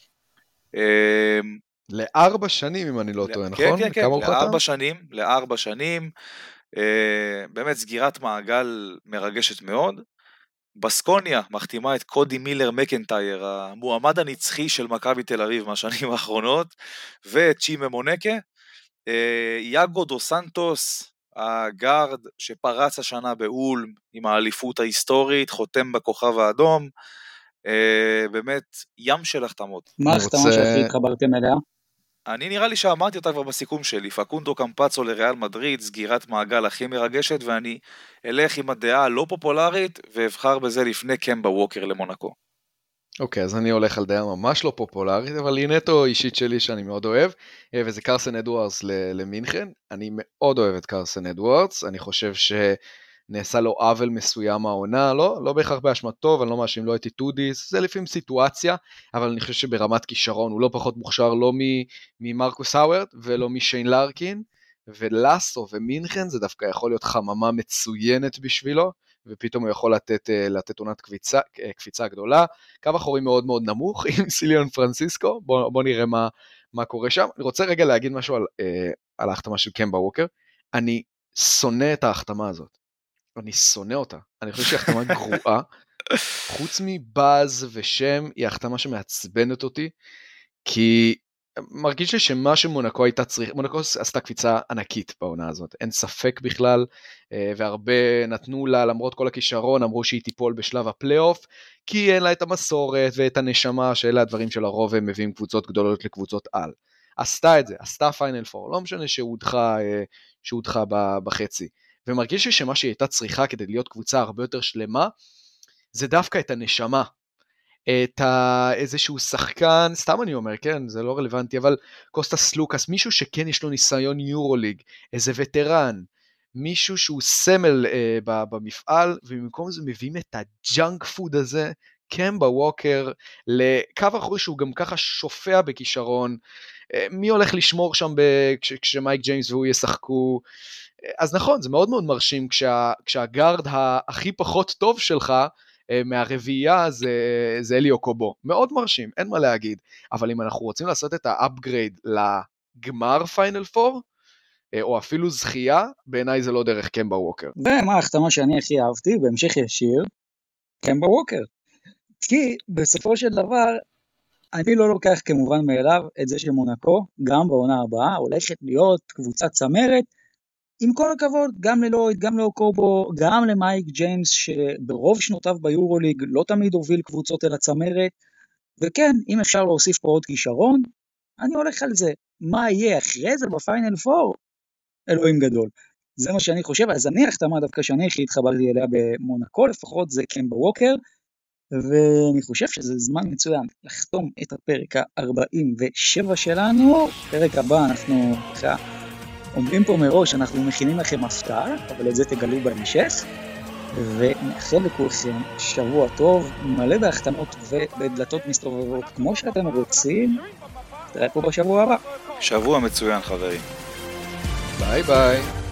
ל4 שנים אם אני לא טועה, נכון? כן, ל4 שנים, באמת סגירת מעגל מרגשת מאוד. בסקוניה מחתימה את קודי מילר מקנטייר, המועמד הנצחי של מכבי תל אביב מהשנים האחרונות, ואת צ'ימה מונקה, יאגו דו סנטוס, הגארד שפרץ השנה באולם עם האליפות ההיסטורית, חותם בכוכב האדום, באמת ים של החתמות. מה ההחתמה שהכי התחברתם אליה? אני נראה לי שאמרתי אותה כבר בסיכום שלי, פקונדו קמפצו לריאל מדריד, סגירת מעגל הכי מרגשת, ואני אלך עם הדעה הלא פופולרית, ואבחר בזה לפני קמבה ווקר למונקו. אוקיי, אז אני הולך על דעה ממש לא פופולרית, אבל היא נטו אישית שלי שאני מאוד אוהב, וזה קרסן אדוארדס למינכן. אני מאוד אוהב את קרסן אדוארדס, אני חושב שנעשה לו עוול מסוים העונה, לא בהכרח באשמתו, אבל לא מאשים לא את איטודיס, זה לפעמים סיטואציה, אבל אני חושב שברמת כישרון הוא לא פחות מוכשר, לא ממרקוס האוורד ולא משיין לארקין, ולאסו ומינכן זה דווקא יכול להיות חממה מצוינת בשבילו, ופתאום הוא יכול לתת עונת קפיצה גדולה, קו אחורי מאוד מאוד נמוך עם סיליון פרנסיסקו, בוא נראה מה קורה שם. אני רוצה רגע להגיד משהו על ההחתמה של קמבה ווקר, אני שונא את ההחתמה הזאת, אני שונא אותה, אני חושב שהיא החתמה גרועה, חוץ מבאז ושם, היא החתמה שמעצבנת אותי, כי מרגיש לי שמה שמונקו הייתה צריך, מונקו עשתה קפיצה ענקית בעונה הזאת, אין ספק בכלל, והרבה נתנו לה, למרות כל הכישרון, אמרו שהיא תיפול בשלב הפלייאוף, כי אין לה את המסורת ואת הנשמה, שאלה הדברים של הרוב, הם מביאים קבוצות גדולות לקבוצות על. עשתה את זה, עשתה פיינל פור, לא משנה שהודחה בחצי, ומרגיש לי שמה שהיא הייתה צריכה כדי להיות קבוצה הרבה יותר שלמה, זה דווקא את הנשמה, את איזשהו שחקן, סתם אני אומר, כן, זה לא רלוונטי, אבל קוסטס לוקאס, מישהו שכן יש לו ניסיון יורוליג, איזה וטרן, מישהו שהוא סמל במפעל, ובמקום זה מביאים את הג'אנק פוד הזה, קמבה ווקר, לקו אחורי שהוא גם ככה שופע בכישרון, מי הולך לשמור שם כשמייק ג'יימס והוא ישחקו, אז נכון, זה מאוד מאוד מרשים, כשהגארד הכי פחות טוב שלך, מהרביעייה זה אליו קובו, מאוד מרשים, אין מה להגיד, אבל אם אנחנו רוצים לעשות את האפגרייד לגמר פיינל פור, או אפילו זכייה, בעיניי זה לא דרך קמבה ווקר. ומה ההחתמה שאני הכי אהבתי, בהמשך ישיר, קמבה ווקר. כי בסופו של דבר, אני לא לוקח כמובן מאליו את זה שמונקו, גם בעונה הבאה, הולכת להיות קבוצת צמרת, עם כל הכבוד, גם ללויד, גם לאוקובו, גם למייק ג'יימס, שברוב שנותיו ביורוליג לא תמיד הוביל קבוצות אל הצמרת, וכן, אם אפשר להוסיף פה עוד כישרון, אני הולך על זה. מה יהיה אחרי זה בפיינל פור? אלוהים גדול. זה מה שאני חושב, אז אני החתמה דווקא שאני הכי התחברתי אליה במונקו, לפחות זה קמבה ווקר, ואני חושב שזה זמן מצוין לחתום את הפרק ה-47 שלנו. פרק הבא אנחנו אומרים פה מראש, אנחנו מכינים לכם הפתעה, אבל את זה תגלו בהמשך, ונאחל לכולכם שבוע טוב, מלא בהחתמות ובדלתות מסתובבות כמו שאתם רוצים. תראה פה בשבוע הבא. שבוע מצוין חברים. ביי ביי.